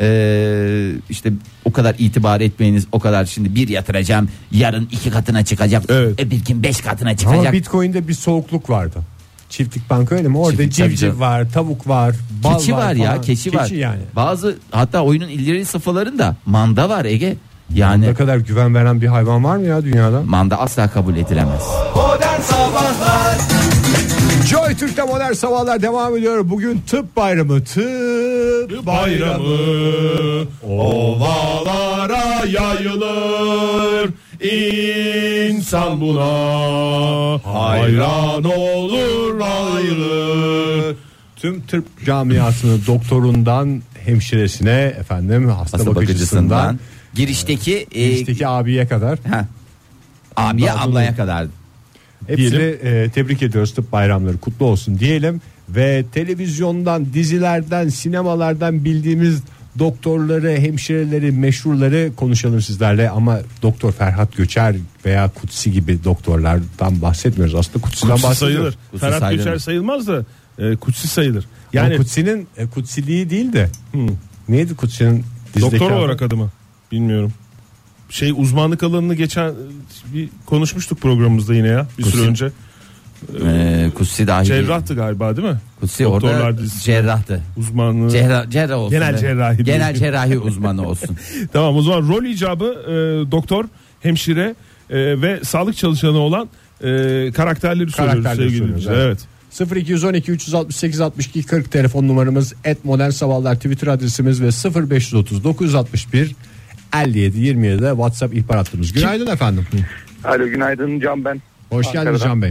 Ee, işte o kadar itibar etmeyiniz, o kadar şimdi bir yatıracağım yarın iki katına çıkacak, Evet. öbür gün beş katına Ama çıkacak. Bitcoin'de bir soğukluk vardı. Çiftlik banka öyle mi? Orada Çiftlik, tabii civciv canım. var, tavuk var, bal keçi var ya, falan. keçi, var. yani. Bazı hatta oyunun ileri safhalarında manda var Ege. Yani Ne kadar güven veren bir hayvan var mı ya dünyada? manda asla kabul edilemez. Modern Sabahlar Joy Türk'te modern sabahlar devam ediyor. Bugün tıp bayramı. Tıp Bayramı ovalara yayılır, İnsan buna hayran olur ayrı. Tüm tıp camiasının doktorundan hemşiresine, efendim hasta, Hasta bakıcısından, bakıcısından girişteki e, girişteki abiye kadar ha, abiye Ondan ablaya sonra- kadar. hepsini e, tebrik ediyoruz. Tıp bayramları kutlu olsun diyelim ve televizyondan, dizilerden, sinemalardan bildiğimiz doktorları, hemşireleri, meşhurları konuşalım sizlerle ama Doktor Ferhat Göçer veya Kutsi gibi doktorlardan bahsetmiyoruz. Aslında Kutsi'den Kutsi bahsediyoruz. sayılır. Kutsi Ferhat sayılır Göçer mı? sayılmaz da e, Kutsi sayılır. Yani Yani Kutsi'nin e, Kutsiliği değil de neydi Kutsi'nin dizideki doktor adı? olarak adı mı? Bilmiyorum. Şey uzmanlık alanını geçen e, bir konuşmuştuk programımızda yine ya bir Kutsi. süre önce. Ee, Kutsi dahi. Cerrahtı galiba değil mi? Kutsi Doktorlar orada dizisi. cerrahtı. Uzmanlığı. Cerrah, cerrah olsun. Genel be. cerrahi Genel diyelim. cerrahi uzmanı olsun. Tamam, o zaman rol icabı e, doktor, hemşire e, ve sağlık çalışanı olan e, karakterleri soruyoruz Karakterleri sevgili soruyoruz, dinleyiciler. Evet. sıfır iki yüz on iki üç yüz altmış sekiz altmış iki kırk telefon numaramız, et modern sabahlar Twitter adresimiz ve sıfır beş otuz dokuz altmış bir elli yedi yirmi yedi de WhatsApp ihbar hattımız. Günaydın efendim. Alo, günaydın Can ben. Hoş Ankara'dan. geldiniz Can Bey.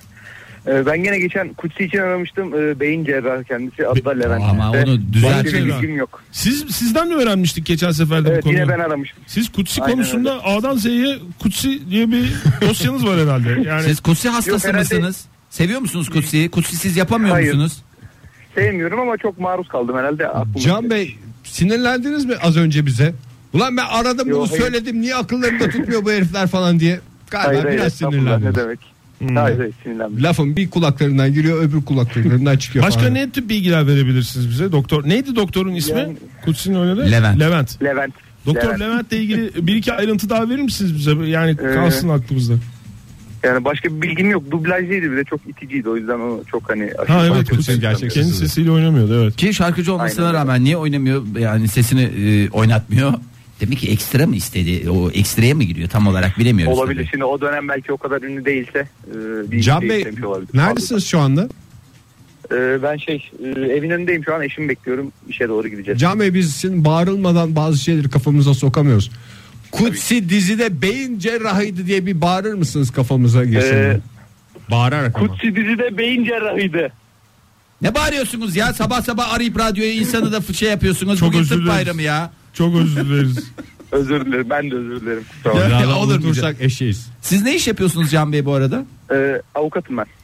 Ee, ben gene geçen Kutsi için aramıştım. Ee, beyin cerrahı kendisi. Adı da Levent. Ama Ve onu düzelt. başka bir cerrah. bilgim yok. Siz sizden mi öğrenmiştik geçen seferde Evet, bu konuyu? yine ben aramıştım. Siz Kutsi Aynen konusunda A'dan Z'ye Kutsi diye bir dosyanız var herhalde. Yani Siz Kutsi hastası Yok, herhalde- mısınız? Seviyor musunuz Kutsi'yi? Kutsi siz yapamıyor Hayır. musunuz? Sevmiyorum ama çok maruz kaldım herhalde. Aklıma Can Bey, sinirlendiniz mi az önce bize? Ulan ben aradım Yok, bunu hayır. söyledim, niye akıllarında tutmuyor bu herifler falan diye. Galiba Hayır, hayır, biraz estağfurullah, ne sinirlendiniz. demek. Hayır, hayır, sinirlendim. Lafın bir kulaklarından giriyor, öbür kulaklarından çıkıyor başka falan. ne tip bilgiler verebilirsiniz bize? Doktor neydi doktorun ismi? Yani- Kutsi'nin öyle de? Levent. Levent. Levent. Doktor Levent. Levent'le ilgili bir iki ayrıntı daha verir misiniz bize? Yani Ee, kalsın aklımızda. Yani başka bir bilgim yok. Dublajlıydı, bir de çok iticiydi. O yüzden o çok hani... aşırı Ha evet, Kutsi Kutsi gerçek kendi sesi. sesiyle oynamıyordu, evet. Ki şarkıcı olmasına Aynen öyle. rağmen niye oynamıyor? Yani sesini e, oynatmıyor. Demek ki ekstra mı istedi? O ekstraya mı giriyor? Tam olarak bilemiyoruz. Olabilir. tabii. Şimdi o dönem belki o kadar ünlü değilse... E, bir Can şey Bey, istemiş olabilir. neredesiniz şu anda? E, ben şey e, evin önündeyim şu an, eşimi bekliyorum. İşe doğru gideceğiz. Can Bey, biz sizin bağırılmadan bazı şeyleri kafamıza sokamıyoruz. Kutsi dizide beyin cerrahıydı diye bir bağırır mısınız kafamıza girsin? Ee, Bağırarak ama. Kutsi dizide beyin cerrahıydı. Ne bağırıyorsunuz ya? Sabah sabah arayıp radyoya insanı da fıça yapıyorsunuz. Çok Bugün özür tıp dileriz. bayramı ya. Çok özür dileriz. Özür dilerim, ben de özür dilerim. Kusura bakmayın. Ya, Ya, olur mu unutursak eşeğiz. Siz ne iş yapıyorsunuz Can Bey bu arada? Ee, avukatım ben.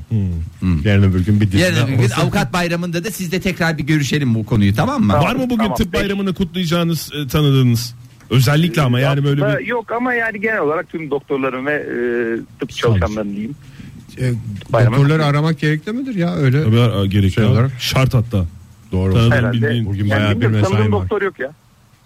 Yarın öbür gün bir dizide Yarın bir gün olsa- avukat bayramında da sizle tekrar bir görüşelim bu konuyu, tamam mı? Tamam. Var mı bugün Tamam, tıp peki. bayramını kutlayacağınız, e, tanıdığınız? Özellikle ama yani böyle Aslında bir... Yok ama yani genel olarak tüm doktorların ve e, tıp çalışanların diyeyim. E, Bayramı- doktorları aramak gerekli midir ya öyle? Tabii ha, gerekiyor. Şey olarak. Şart hatta. Doğru. Tanıdığım, Herhalde. bildiğin. Bugün Yani bayağı bir bilmiyorum, mesaim tanıdığım var. doktor yok ya.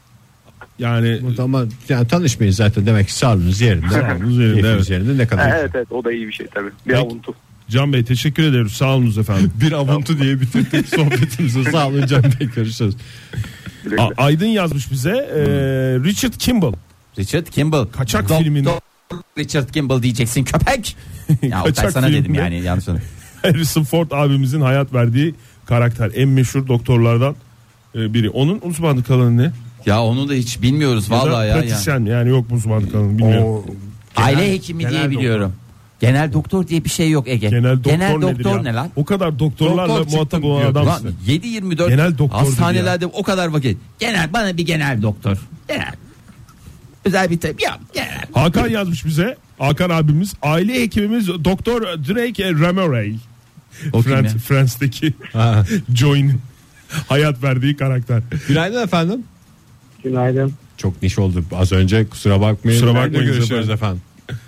Yani Ama yani tanışmayın zaten, demek ki sağlığınız yerinde. Sağlığınız yerinde, Keyfiniz evet. yerinde, ne kadar. Ha, evet evet, o da iyi bir şey tabii. Bir Peki. avuntu. Can Bey teşekkür ederiz. Sağ olunuz efendim. Bir avuntu diye bitirdik sohbetimizi. Sağ olun Can Bey, görüşürüz. Güle güle. A- Aydın yazmış bize. e, Richard Kimball. Richard Kimball. Kaçak Doktor filmin- Richard Kimball diyeceksin köpek. Ya Oktay Kaçak sana dedim filminde- yani, yanlış anladım. Harrison Ford abimizin hayat verdiği karakter. En meşhur doktorlardan e, biri. Onun uzmanlık alanı ne? Ya onu da hiç bilmiyoruz Ya da vallahi ya. ya. pratisyen yani yok mu uzmanlık alanı bilmiyorum. O, Aile hekimi genel diye biliyorum. Genel doktor diye bir şey yok Ege. Genel doktor, nedir doktor ya? ne lan? O kadar doktorlarla Doktor muhatap çıktım olan diyor. adamsın. Ulan yedi yirmi dört Genel doktordur hastanelerde o kadar vakit. Genel, bana bir genel doktor. Genel. Özel bir tabi. Ya genel. Hakan yazmış bize. Hakan abimiz. Aile hekimimiz Doktor Drake Ramirez. O kim ya? Friends, Friends'teki Ha. Joy'un hayat verdiği karakter. Günaydın efendim. Günaydın. Çok niş oldu az önce, kusura bakmayın. Kusura Nerede bakmayın görüşüyoruz efendim. efendim.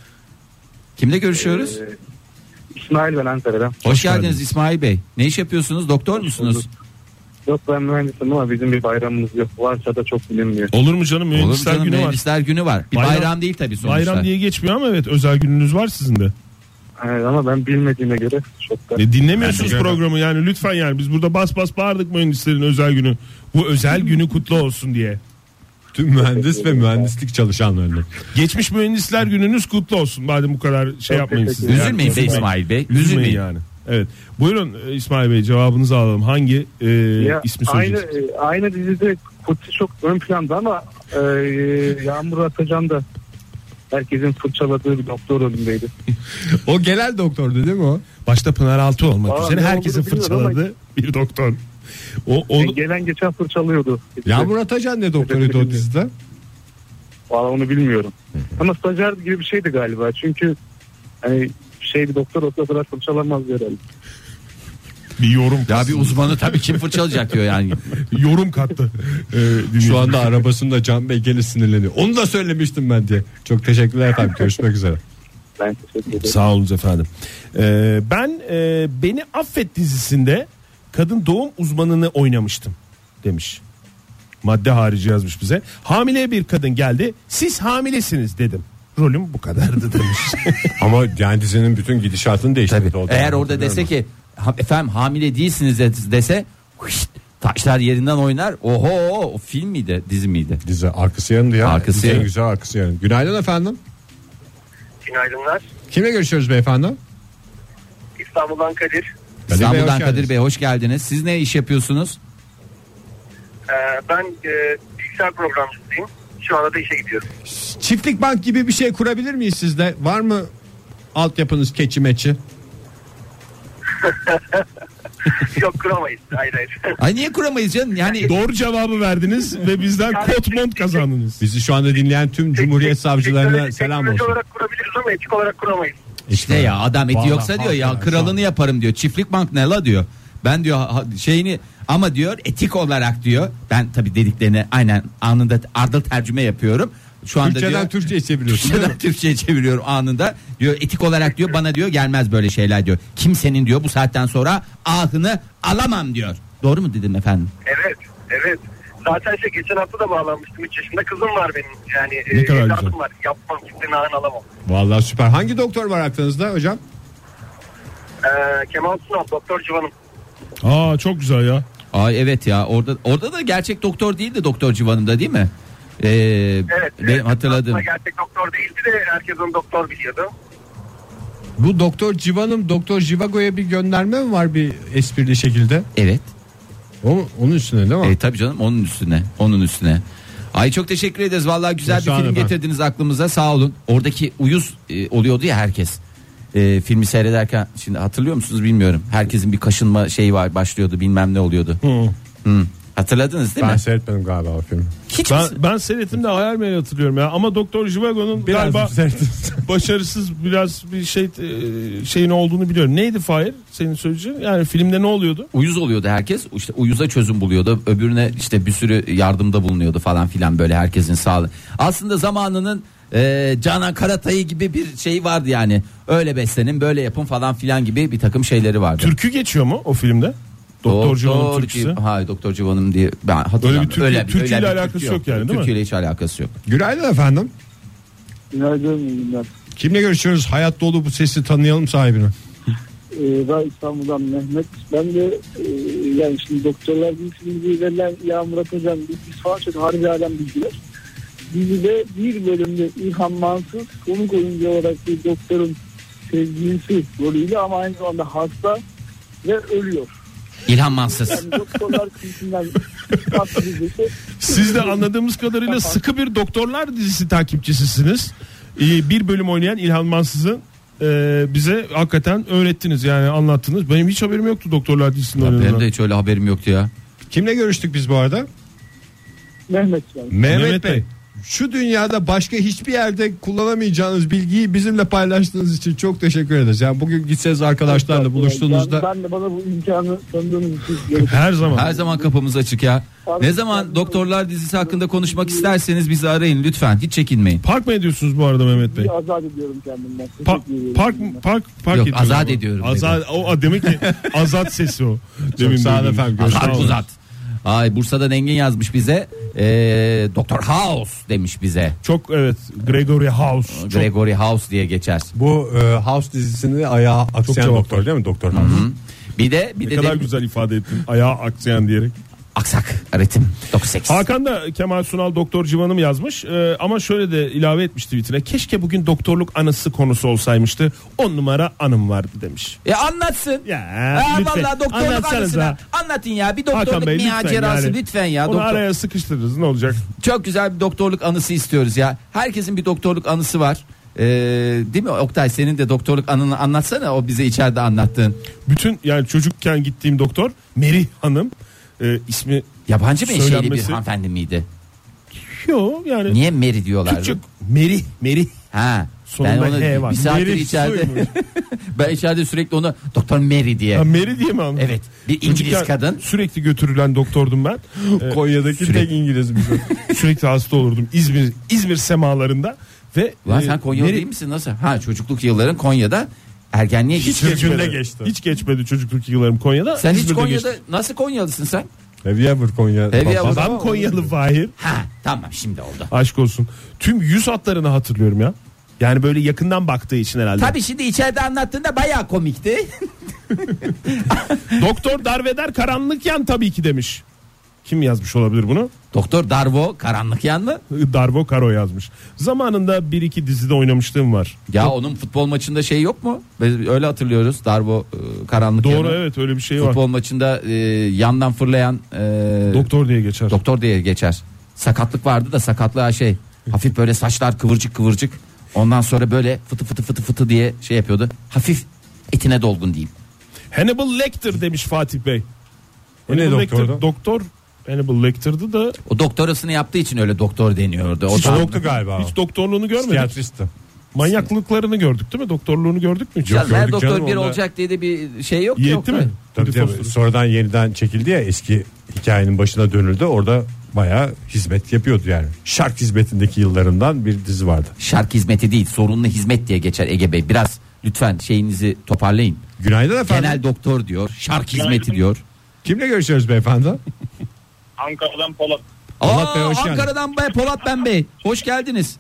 Kimle görüşüyoruz? Ee, İsmail ben Ankara'dan. Hoş, hoş geldiniz geldiniz. İsmail Bey. Ne iş yapıyorsunuz? Doktor musunuz? Yok, ben mühendisim ama bizim bir bayramımız yok. Varsa da çok bilinmiyor. Olur mu canım? Olur mu Mühendisler canım, günü var. mühendisler günü var. Bir Bayram- bayram, değil tabii sonuçta. Bayram diye geçmiyor ama evet, özel gününüz var sizin de. Evet, ama ben bilmediğime göre çok da. E, dinlemiyorsunuz Ben de- programı yani, lütfen yani. Biz burada bas bas bağırdık mühendislerin özel günü. Bu özel günü kutlu olsun diye. Tüm mühendis ve mühendislik çalışanlarının. Geçmiş mühendisler gününüz kutlu olsun. Madem bu kadar şey Çok yapmayın teşekkür siz. de. Üzülmeyin Yani. be İsmail Bey. Üzülmeyin Üzülmeyin. yani. Evet. Buyurun e, İsmail Bey, cevabınızı alalım. Hangi e, Ya, ismi aynı söyleyeceksiniz? e, aynı dizide Kutsi çok ön planda ama e, Yağmur Atacan da herkesin fırçaladığı bir doktor rolündeydi. O genel doktordu değil mi o? Başta Pınar Altı olmak Aa, üzere ne herkesin olduğunu bilmiyorum fırçaladığı bir doktor. O onu Yani gelen geçen fırçalıyordu. Ya Murat Acan ne doktoruydu o dizide? Valla onu bilmiyorum. Ama stajyer gibi bir şeydi galiba. Çünkü hani şey bir doktor olsa kadar fırçalanmaz herhalde. bir yorum Ya bir uzmanı tabii kim fırçalayacak diyor yani. yorum kattı. Ee, Şu anda arabasında Can Bey gene sinirleniyor. Onu da söylemiştim ben diye. Çok teşekkürler efendim. Görüşmek üzere. Ben teşekkür ederim. Sağ olun efendim. Ee, ben e, Beni Affet dizisinde kadın doğum uzmanını oynamıştım demiş. Madde harici yazmış bize. Hamile bir kadın geldi. Siz hamilesiniz dedim. Rolüm bu kadardı demiş. Ama yani dizinin bütün gidişatını değiştirdi. Tabii. O da Eğer orada hatırlıyorum. dese ki "Ha- efendim hamile değilsiniz de- dese huşt, taşlar yerinden oynar. Oho, o film miydi, dizi miydi? Dizi arkası yarındı ya. Arkası Dizinin yarın. güzel arkası yarın. Günaydın efendim. Günaydınlar. Kimle görüşüyoruz beyefendi? İstanbul'dan Kadir. Kadir Bey, İstanbul'dan hoş Kadir geldiniz. Bey hoş geldiniz. Siz ne iş yapıyorsunuz? Ee, ben e, bilgisayar programcısıyım. Şu anda da işe gidiyorum. Çiftlik bank gibi bir şey kurabilir miyiz sizde? Var mı altyapınız keçi meçi? Yok kuramayız. Hayır hayır. Ay niye kuramayız canım? Yani Doğru cevabı verdiniz ve bizden kot mont kazandınız. Bizi şu anda dinleyen tüm Cumhuriyet savcılarına Teknoloji- selam teknoloji olsun. olarak kurabiliriz ama etik olarak kuramayız. işte ya adam eti Vallahi yoksa diyor ya hakikaten kralını şu yaparım diyor. Çiftlik bank ne la diyor. Ben diyor ha- şeyini ama diyor etik olarak diyor. Ben tabii dediklerini aynen anında ardıl tercüme yapıyorum. Şu anda Türkçeden diyor. Türkçe'ye çeviriyorsun. Türkçeden Türkçe'ye çeviriyorum anında. Diyor etik olarak diyor bana diyor gelmez böyle şeyler diyor. Kimsenin diyor bu saatten sonra ahını alamam diyor. Doğru mu dedim efendim? Evet. Evet. Zaten şey geçen hafta da bağlanmıştım. üç yaşında kızım var benim. Yani Ne e, kadar evladım güzel. var. Yapmam kimsenin ağını alamam. Vallahi süper. Hangi doktor var aklınızda hocam? Ee, Kemal Sunal, Doktor Civan'ım. Aa çok güzel ya. Ay evet ya orada orada da gerçek doktor değildi Doktor Civan'ımda değil mi? Ee, Evet. benim evet. hatırladığım. Aslında gerçek doktor değildi de herkes onu doktor biliyordu. Bu Doktor Civan'ım Doktor Jivago'ya bir gönderme mi var bir esprili şekilde? Evet. O, onun üstüne değil mi? E tabii canım onun üstüne. Onun üstüne. Ay çok teşekkür ederiz. Vallahi güzel Sağ bir olun film efendim. getirdiniz aklımıza. Sağ olun. Oradaki uyuz e, oluyordu ya herkes. E, filmi seyrederken şimdi hatırlıyor musunuz bilmiyorum. Herkesin bir kaşınma şeyi var başlıyordu bilmem ne oluyordu. Hı. Hatırladınız değil Ben mi? seyretmedim galiba o filmi. Hiç Ben, mi- ben seyrettim de hayal meyal hatırlıyorum ya. Ama Doktor Jivago'nun Biraz galiba seyrettim. başarısız biraz bir şey e, şeyin olduğunu biliyorum. Neydi Fahir senin söyleyeceğin? Yani filmde ne oluyordu? Uyuz oluyordu herkes. İşte uyuza çözüm buluyordu. Öbürüne işte bir sürü yardımda bulunuyordu falan filan böyle herkesin sağlığı. Aslında zamanının e, Canan Karatay'ı gibi bir şey vardı yani. Öyle beslenin, böyle yapın falan filan gibi bir takım şeyleri vardı. Türkü geçiyor mu o filmde? Doktor Civan'ın türküsü. Hayır Doktor Civan'ım diye ben hatırlamıyorum. Öyle bir türkü- türküyle bir alakası türkü yok yani, değil mi? Türküyle hiç alakası yok. Günaydın efendim. Günaydın. iyi günler. Kimle görüşüyoruz? Hayat dolu bu sesi tanıyalım sahibini. Ee, ben İstanbul'dan Mehmet. Ben de e, yani şimdi doktorlar bilgisini verilen ya Murat Hocam biz falan çok harbi alem bilgiler. Dizide bir bölümde İlhan Mansız konuk oyuncu olarak bir doktorun sevgilisi rolüyle ama aynı zamanda hasta ve ölüyor. İlhan Mansız. Yani doktorlar kültüründen hasta dizisi. Siz de anladığımız kadarıyla sıkı bir Doktorlar dizisi takipçisisiniz. Ee, bir bölüm oynayan İlhan Mansız'ın e, bize hakikaten öğrettiniz yani anlattınız. Benim hiç haberim yoktu Doktorlar dizisinde Benim oynadığından. de hiç öyle haberim yoktu ya. Kimle görüştük biz bu arada? Mehmet yani. Mehmet, Mehmet Bey. Bey. Şu dünyada başka hiçbir yerde kullanamayacağınız bilgiyi bizimle paylaştığınız için çok teşekkür ederiz. Yani bugün gitseniz arkadaşlarla buluştuğunuzda Yani ben de bana bu imkanı tanıdığınız için Her zaman. Her zaman kapımız açık ya. Ne zaman Doktorlar dizisi hakkında konuşmak isterseniz bizi arayın lütfen. Hiç çekinmeyin. Park mı ediyorsunuz bu arada Mehmet Bey? bir azat ediyorum kendimden. Pa- Teşekkür ediyorum. park park park Yok, ediyoruz azat ama. ediyorum Azat o a, demek ki azat sesi o. Demin sağ olun duydum. efendim. Sağ Azat olun. uzat. Ay Bursa'dan Engin yazmış bize. Ee, Doktor House demiş bize. Çok evet Gregory House. Çok Gregory House diye geçer. bu e, House dizisini ayağa aksayan cevap doktor var. değil mi? Doktor House. Bir de bir ne de kadar de- güzel ifade ettin. Ayağı aksayan diyerek. Aksak ritim dokuz sekiz. Hakan da Kemal Sunal Doktor Civan'ım yazmış ee, ama şöyle de ilave etmiş tweetine. Keşke bugün doktorluk anısı konusu olsaymıştı. On numara anım vardı demiş. E anlatsın. Ya Ha, lütfen vallahi doktorluk anlatsanıza. anısını anlatın ya. Bir doktorluk Hakan Bey, lütfen macerası yani. lütfen ya. Onu Doktor. araya sıkıştırırız, ne olacak? Çok güzel bir doktorluk anısı istiyoruz ya. Herkesin bir doktorluk anısı var. Ee, değil mi Oktay, senin de doktorluk anını anlatsana, o bize içeride anlattığın. Bütün yani çocukken gittiğim doktor Meri Hanım, e, ismi Yabancı menşeli bir söylenmesi- hanımefendi miydi? Yo yani Niye Mary diyorlardı? küçük Meri Meri Ha. Sonunda Ben onu H var. bir saattir Mary içeride suymuş. ben içeride sürekli onu Doktor Mary diye. Ha, Meri diye mi anladın? Evet, bir İngiliz Çocukken kadın. Sürekli götürülen doktordum ben. Ee, Konya'daki sürekli- tek İngilizimiz. Sürekli hasta olurdum İzmir İzmir semalarında ve Lan e, sen Konyalı Meri- değil misin, nasıl? Ha, çocukluk yılların Konya'da, ergenliğe Hiç geçti. geçmedi. geçti. Hiç geçmedi çocukluk yıllarım Konya'da. Sen hiç İzmir'de Konya'da geçti. nasıl Konyalısın sen? Have you ever Konya? Have you ever- Babam Konyalı Fahir. Ha, tamam, şimdi oldu. Aşk olsun. Tüm yüz hatlarını hatırlıyorum ya. Yani böyle yakından baktığı için herhalde. Tabii şimdi içeride anlattığında bayağı komikti. Doktor Darveder Karanlık Yan tabii ki demiş. Kim yazmış olabilir bunu? Doktor Darvo Karanlık Yan mı? Darvo Karo yazmış. Zamanında bir iki dizide oynamışlığım var. Ya onun futbol maçında şey yok mu? Biz öyle hatırlıyoruz. Darvo e, Karanlık Doğru, Yan'ı. evet, öyle bir şey var. Futbol maçında e, yandan fırlayan e, Doktor diye geçer. doktor diye geçer. Sakatlık vardı da sakatlığa şey, hafif böyle saçlar kıvırcık kıvırcık. Ondan sonra böyle fıtı fıtı fıtı fıtı diye şey yapıyordu. Hafif etine dolgun diyeyim. Hannibal Lecter demiş Fatih Bey. O ne Hannibal doktordu? Lecter, doktor Hannibal Lecter'dı da O doktorasını yaptığı için öyle doktor deniyordu. O da- Çocuktu galiba. hiç doktorluğunu görmedik. Psikiyatristi. Manyaklıklarını gördük değil mi? Doktorluğunu gördük mü hiç? Ya her gördük doktor canım, bir onda- olacak diye de bir şey yok ki. Yetti Oktay. mi? Tabii Jodie tabii. Foster. Sonradan yeniden çekildi ya, eski hikayenin başına dönüldü. Orada bayağı hizmet yapıyordu yani. Şark hizmetindeki yıllarından bir dizi vardı. Şark hizmeti değil, sorunlu hizmet diye geçer Ege Bey. Biraz lütfen şeyinizi toparlayın. Günaydın efendim. Genel doktor diyor, şark hizmeti diyor. Kimle görüşüyoruz beyefendi? Ankara'dan Polat. Polat Bey, Aa, hoş geldin. Ankara'dan Bey, Polat Ben Bey. Hoş geldiniz.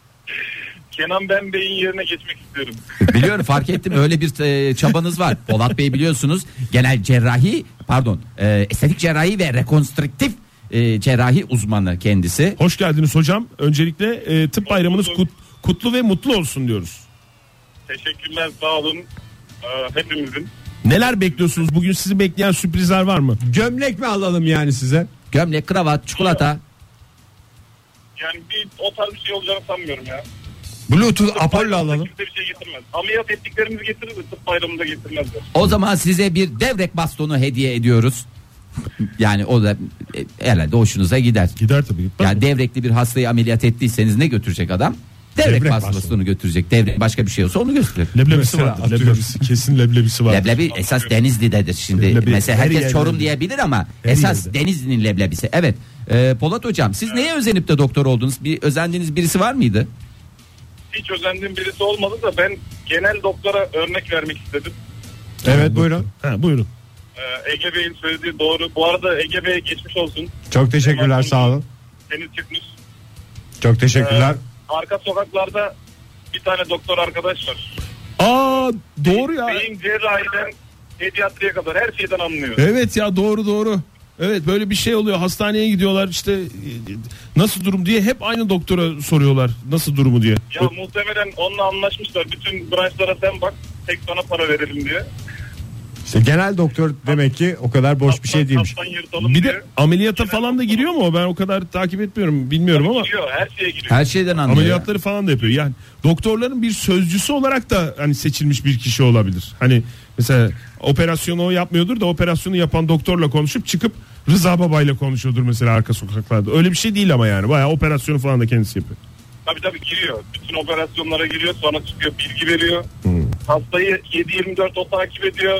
Kenan Ben Bey'in yerine geçmek istiyorum. Biliyorum, fark ettim, öyle bir e, çabanız var. Polat Bey biliyorsunuz genel cerrahi, pardon, e, estetik cerrahi ve rekonstrüktif e, cerrahi uzmanı kendisi. Hoş geldiniz hocam. Öncelikle e, tıp bayramınız kut- kutlu ve mutlu olsun diyoruz. Teşekkürler, sağ olun. Ee, hepimizin. Neler bekliyorsunuz? Bugün sizi bekleyen sürprizler var mı? Gömlek mi alalım yani size? Gömlek, kravat, çikolata. Yani bir o tarz bir şey olacağını sanmıyorum ya. Bluetooth Apollo alalım. Kimse bir şey getirmez. Ameliyat ettiklerimizi getirir de tıp bayramında getirmezler. O zaman size bir devrek bastonu hediye ediyoruz. Yani o da e, herhalde hoşunuza gider. Gider tabii. Gitmez Yani mi? devrekli bir hastayı ameliyat ettiyseniz ne götürecek adam? Devrek, Devrek bastonu bastonu. götürecek. Devrek başka bir şey olsa onu götürür. Leblebisi Mesela vardır. atıyorum. Leblebisi, kesin leblebisi var. Leblebi esas Denizli'dedir şimdi. Leblebi Mesela her herkes yerde. Çorum diyebilir ama Her esas yerde. Denizli'nin leblebisi. Evet. Ee, Polat hocam, siz neye özenip de doktor oldunuz? Bir özendiğiniz birisi var mıydı? Hiç özendiğim birisi olmadı da ben genel doktora örnek vermek istedim. Evet, buyurun. Ha, buyurun. Ee, Ege Bey'in söylediği doğru. Bu arada Ege Bey geçmiş olsun. Çok teşekkürler, sağ olun. Deniz çıkmış. Çok teşekkürler. Ee, arka sokaklarda bir tane doktor arkadaş var. Aa, doğru ya. Beyin cerrahiden pediatriye kadar her şeyden anlıyor. Evet ya, doğru doğru. Evet, böyle bir şey oluyor. Hastaneye gidiyorlar işte, e, nasıl durum diye hep aynı doktora soruyorlar. Nasıl durumu diye. Ya muhtemelen onunla anlaşmışlar. Bütün branşlara sen bak, tek sana para verelim diye. İşte genel doktor demek ki o kadar boş bir şey değilmiş. Kaptan yırtalım Bir diye. de ameliyata falan da giriyor mu o? Ben o kadar takip etmiyorum, bilmiyorum ama Giriyor, her şeye giriyor. Her şeyden anlıyor. ameliyatları falan da yapıyor. Yani doktorların bir sözcüsü olarak da hani seçilmiş bir kişi olabilir. Hani mesela operasyonu o yapmıyordur da operasyonu yapan doktorla konuşup çıkıp Rıza Baba'yla konuşuyordur mesela arka sokaklarda. Öyle bir şey değil ama yani bayağı operasyonu falan da kendisi yapıyor. Tabii tabii giriyor. Bütün operasyonlara giriyor, sonra çıkıyor, bilgi veriyor. Hastayı yedi yirmi dört o takip ediyor.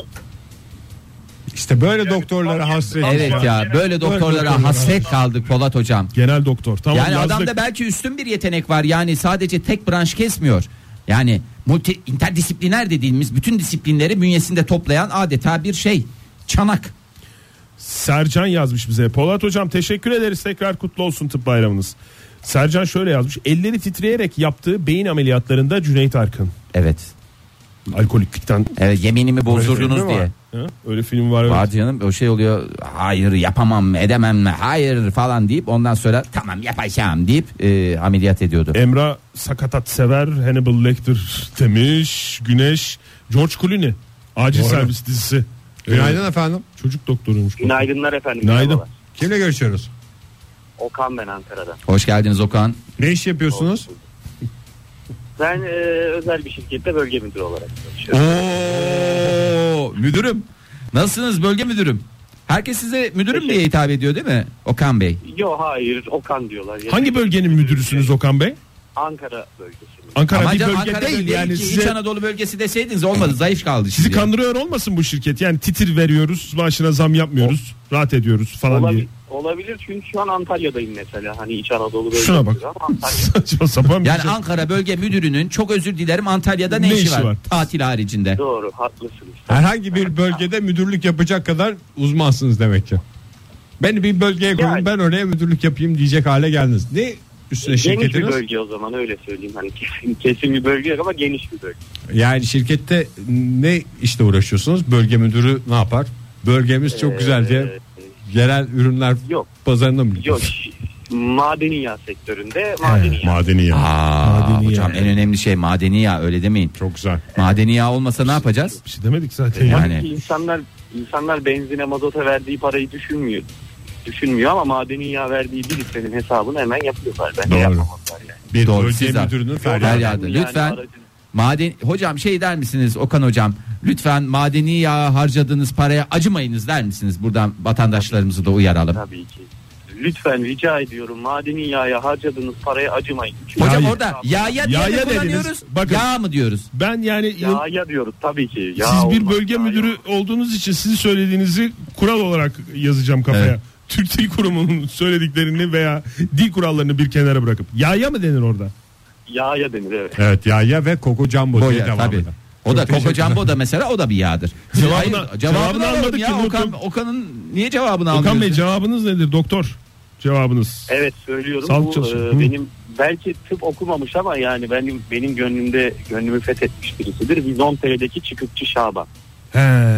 İşte böyle Yani doktorlara tam- hasret. Evet ya, böyle doktorlara hasret kaldık Polat hocam. Genel doktor. Tamam, Yani yazdık. adamda belki üstün bir yetenek var. Yani sadece tek branş kesmiyor. Yani multi interdisipliner dediğimiz bütün disiplinleri bünyesinde toplayan adeta bir şey. Çanak. Sercan yazmış bize. Polat hocam teşekkür ederiz, tekrar kutlu olsun tıp bayramınız. Sercan şöyle yazmış. Elleri titreyerek yaptığı beyin ameliyatlarında Cüneyt Arkın. Evet. Alkoliklikten. Evet, yeminimi Öyle film bozdurdunuz mi diye. var? Ha? Öyle film var. Evet. Var canım, o şey oluyor, hayır yapamam edemem hayır falan deyip ondan sonra tamam yapacağım deyip e, ameliyat ediyordu. Emrah sakatat sever, Hannibal Lecter demiş. Güneş, George Clooney, acil Doğru. servis dizisi. Günaydın Evet. efendim. Çocuk doktoruymuş. Günaydınlar efendim. Günaydın. merhabalar. Kimle görüşüyoruz? Okan ben Ankara'dan. Hoş geldiniz Okan. Ne iş yapıyorsunuz? Ben e, özel bir şirkette bölge müdürü olarak çalışıyorum. Oo, müdürüm. Nasılsınız bölge müdürüm? Herkes size müdürüm diye hitap ediyor değil mi Okan Bey? Yok hayır Okan diyorlar. Yani Hangi bölgenin müdürüsünüz Okan Bey? Ankara bölgesi. Ankara Ama bir canım, bölge Ankara değil bölge yani ki İç size, Anadolu bölgesi deseydiniz olmadı, zayıf kaldı. sizi şimdi. kandırıyor olmasın bu şirket? Yani titir veriyoruz, maaşına zam yapmıyoruz, rahat ediyoruz falan Olabil- diye. olabilir çünkü şu an Antalya'dayım mesela. Hani İç Anadolu bölgesi. Şuna bak. ama Antalya. Saçma sapan bir Yani şey. Ankara bölge müdürünün çok özür dilerim Antalya'da ne, Ne işi işi var? var? Tatil haricinde. Doğru haklısınız. Herhangi bir bölgede müdürlük yapacak kadar uzmansınız demek ki. Beni bir bölgeye koyun, Yani. ben oraya müdürlük yapayım diyecek hale geldiniz. Ne üstüne Geniş bir şirketiniz? bölge o zaman öyle söyleyeyim. Hani kesin, kesin bir bölge yok ama geniş bir bölge. Yani şirkette ne işte uğraşıyorsunuz? Bölge müdürü ne yapar? Bölgemiz çok güzel diye Ee, yerel ürünler Yok. pazarında mı? Yok. ş- Madeni yağ sektöründe madeni yağ. Madeni ya. Aa, Madeni hocam yağ. en önemli şey madeni yağ, öyle demeyin. Çok güzel. Madeni yağ olmasa ne yapacağız? Bir şey demedik zaten. Yani- Tabii ki insanlar insanlar benzine mazota verdiği parayı düşünmüyor. Düşünmüyor ama madeni yağ verdiği bir litrenin hesabını hemen yapıyorlar. Ben Doğru. yapamazlar yani. Bir Doğru, bölge sizler. müdürünün Feryadı. feryadı. Yani Lütfen. aracın- Maden hocam şey der misiniz Okan hocam? Lütfen madeni yağ harcadığınız paraya acımayınız der misiniz? Buradan vatandaşlarımızı da uyaralım. Tabii ki. Lütfen rica ediyorum madeni yağa harcadığınız paraya acımayın. Çünkü Hocam Yağ- orada yağa diye Yağa mi dediniz. kullanıyoruz? Bakın. Yağ mı diyoruz? Ben yani yıl- Yağa diyoruz tabii ki. Yağ siz bir olmaz, bölge yağ müdürü yok. olduğunuz için sizin söylediğinizi kural olarak yazacağım kafaya. Evet. Türk Dil Kurumu'nun söylediklerini veya dil kurallarını bir kenara bırakıp. Yağya mı denir orada? Yağa denir evet. Evet yaya ve Coco Jumbo diye Boya devam tabii. eder. O da Çok Coco teşekkürler. Jumbo da mesela o da bir yağdır. Cevabını- Hayır, cevabını cevabını almadık almadık ki, ya. Okan, unuttum. Okan'ın niye cevabını Okan Bey almıyorsun? cevabınız nedir doktor? Cevabınız. Evet söylüyorum. Sağlık Bu çalışıyor. e, Hı. benim belki tıp okumamış ama yani benim benim gönlümde gönlümü fethetmiş birisidir. Vizontele'deki Çıkıkçı Şaban. He.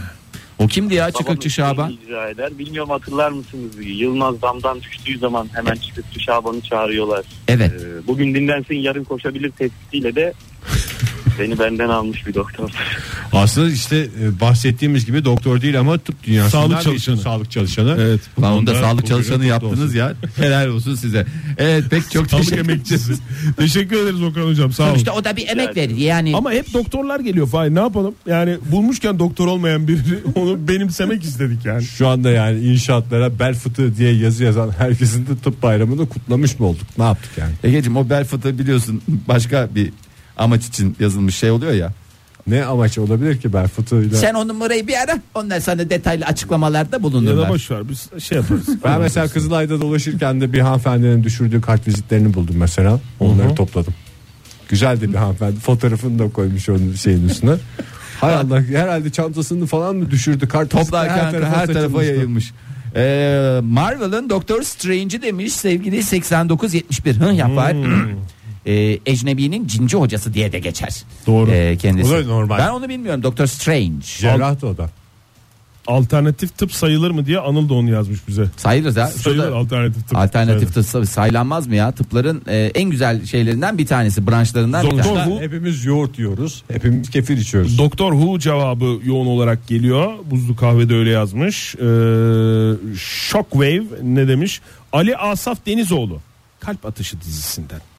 O kimdi ya Babamın Çıkıkçı Şaban? şeyini icra eder. Bilmiyorum hatırlar mısınız? Yılmaz damdan düştüğü zaman hemen Çıkıkçı Şaban'ı çağırıyorlar. Evet. Ee, bugün dinlensin yarın koşabilir tespitiyle de beni benden almış bir doktor. Aslında işte e, bahsettiğimiz gibi doktor değil ama tıp dünyasından Sağlık bir çalışanı. Sağlık çalışanı. Evet. Lan onu da Onda sağlık bugünün çalışanı kutlu yaptınız olsun. ya. Helal olsun size. Evet pek çok Sağlık teşekkür emekçisi. Teşekkür ederiz Okan hocam sağ olun. Sonuçta o da bir emek verir yani. Ama hep doktorlar geliyor Fahir, ne yapalım? Yani bulmuşken doktor olmayan biri onu benimsemek istedik yani. Şu anda yani inşaatlara bel fıtığı diye yazı yazan herkesin de tıp bayramını kutlamış mı olduk? Ne yaptık yani? Egeciğim o bel fıtığı biliyorsun başka bir amaç için yazılmış şey oluyor ya. Ne amaç olabilir ki bel fıtığıyla? Sen o numarayı bir ara, onlar sana detaylı açıklamalarda Ya bulunurlar. da boş ver biz şey yaparız. Ben mesela Kızılay'da dolaşırken de bir hanımefendinin düşürdüğü kart vizitlerini buldum mesela. Onları Hı hı. topladım. Güzel de bir hanımefendi. Fotoğrafını da koymuş onun şeyin üstüne. Hay Allah, herhalde çantasını falan mı düşürdü? Kart viziti Toplarken her tarafa, saçılmıştı. yayılmış. Ee, Marvel'ın Doctor Strange'i demiş sevgili seksen dokuz yetmiş bir hı yapar. Ee, ecnebinin cinci hocası diye de geçer. Doğru. Ee, kendisi. O da normal. Ben onu bilmiyorum. Doctor Strange. Cerrah da o da. Alternatif tıp sayılır mı diye Anıl da onu yazmış bize. Sayılır da. Sayılır Şurada alternatif tıp. alternatif tıp saylanmaz mı ya? Tıpların e, en güzel şeylerinden bir tanesi, branşlarından bir Doktor tanesi. Who- Hepimiz yoğurt yiyoruz. Hepimiz kefir içiyoruz. Doktor Who cevabı yoğun olarak geliyor. Buzlu kahvede öyle yazmış. Ee, Shockwave ne demiş? Ali Asaf Denizoğlu. Kalp Atışı dizisinden.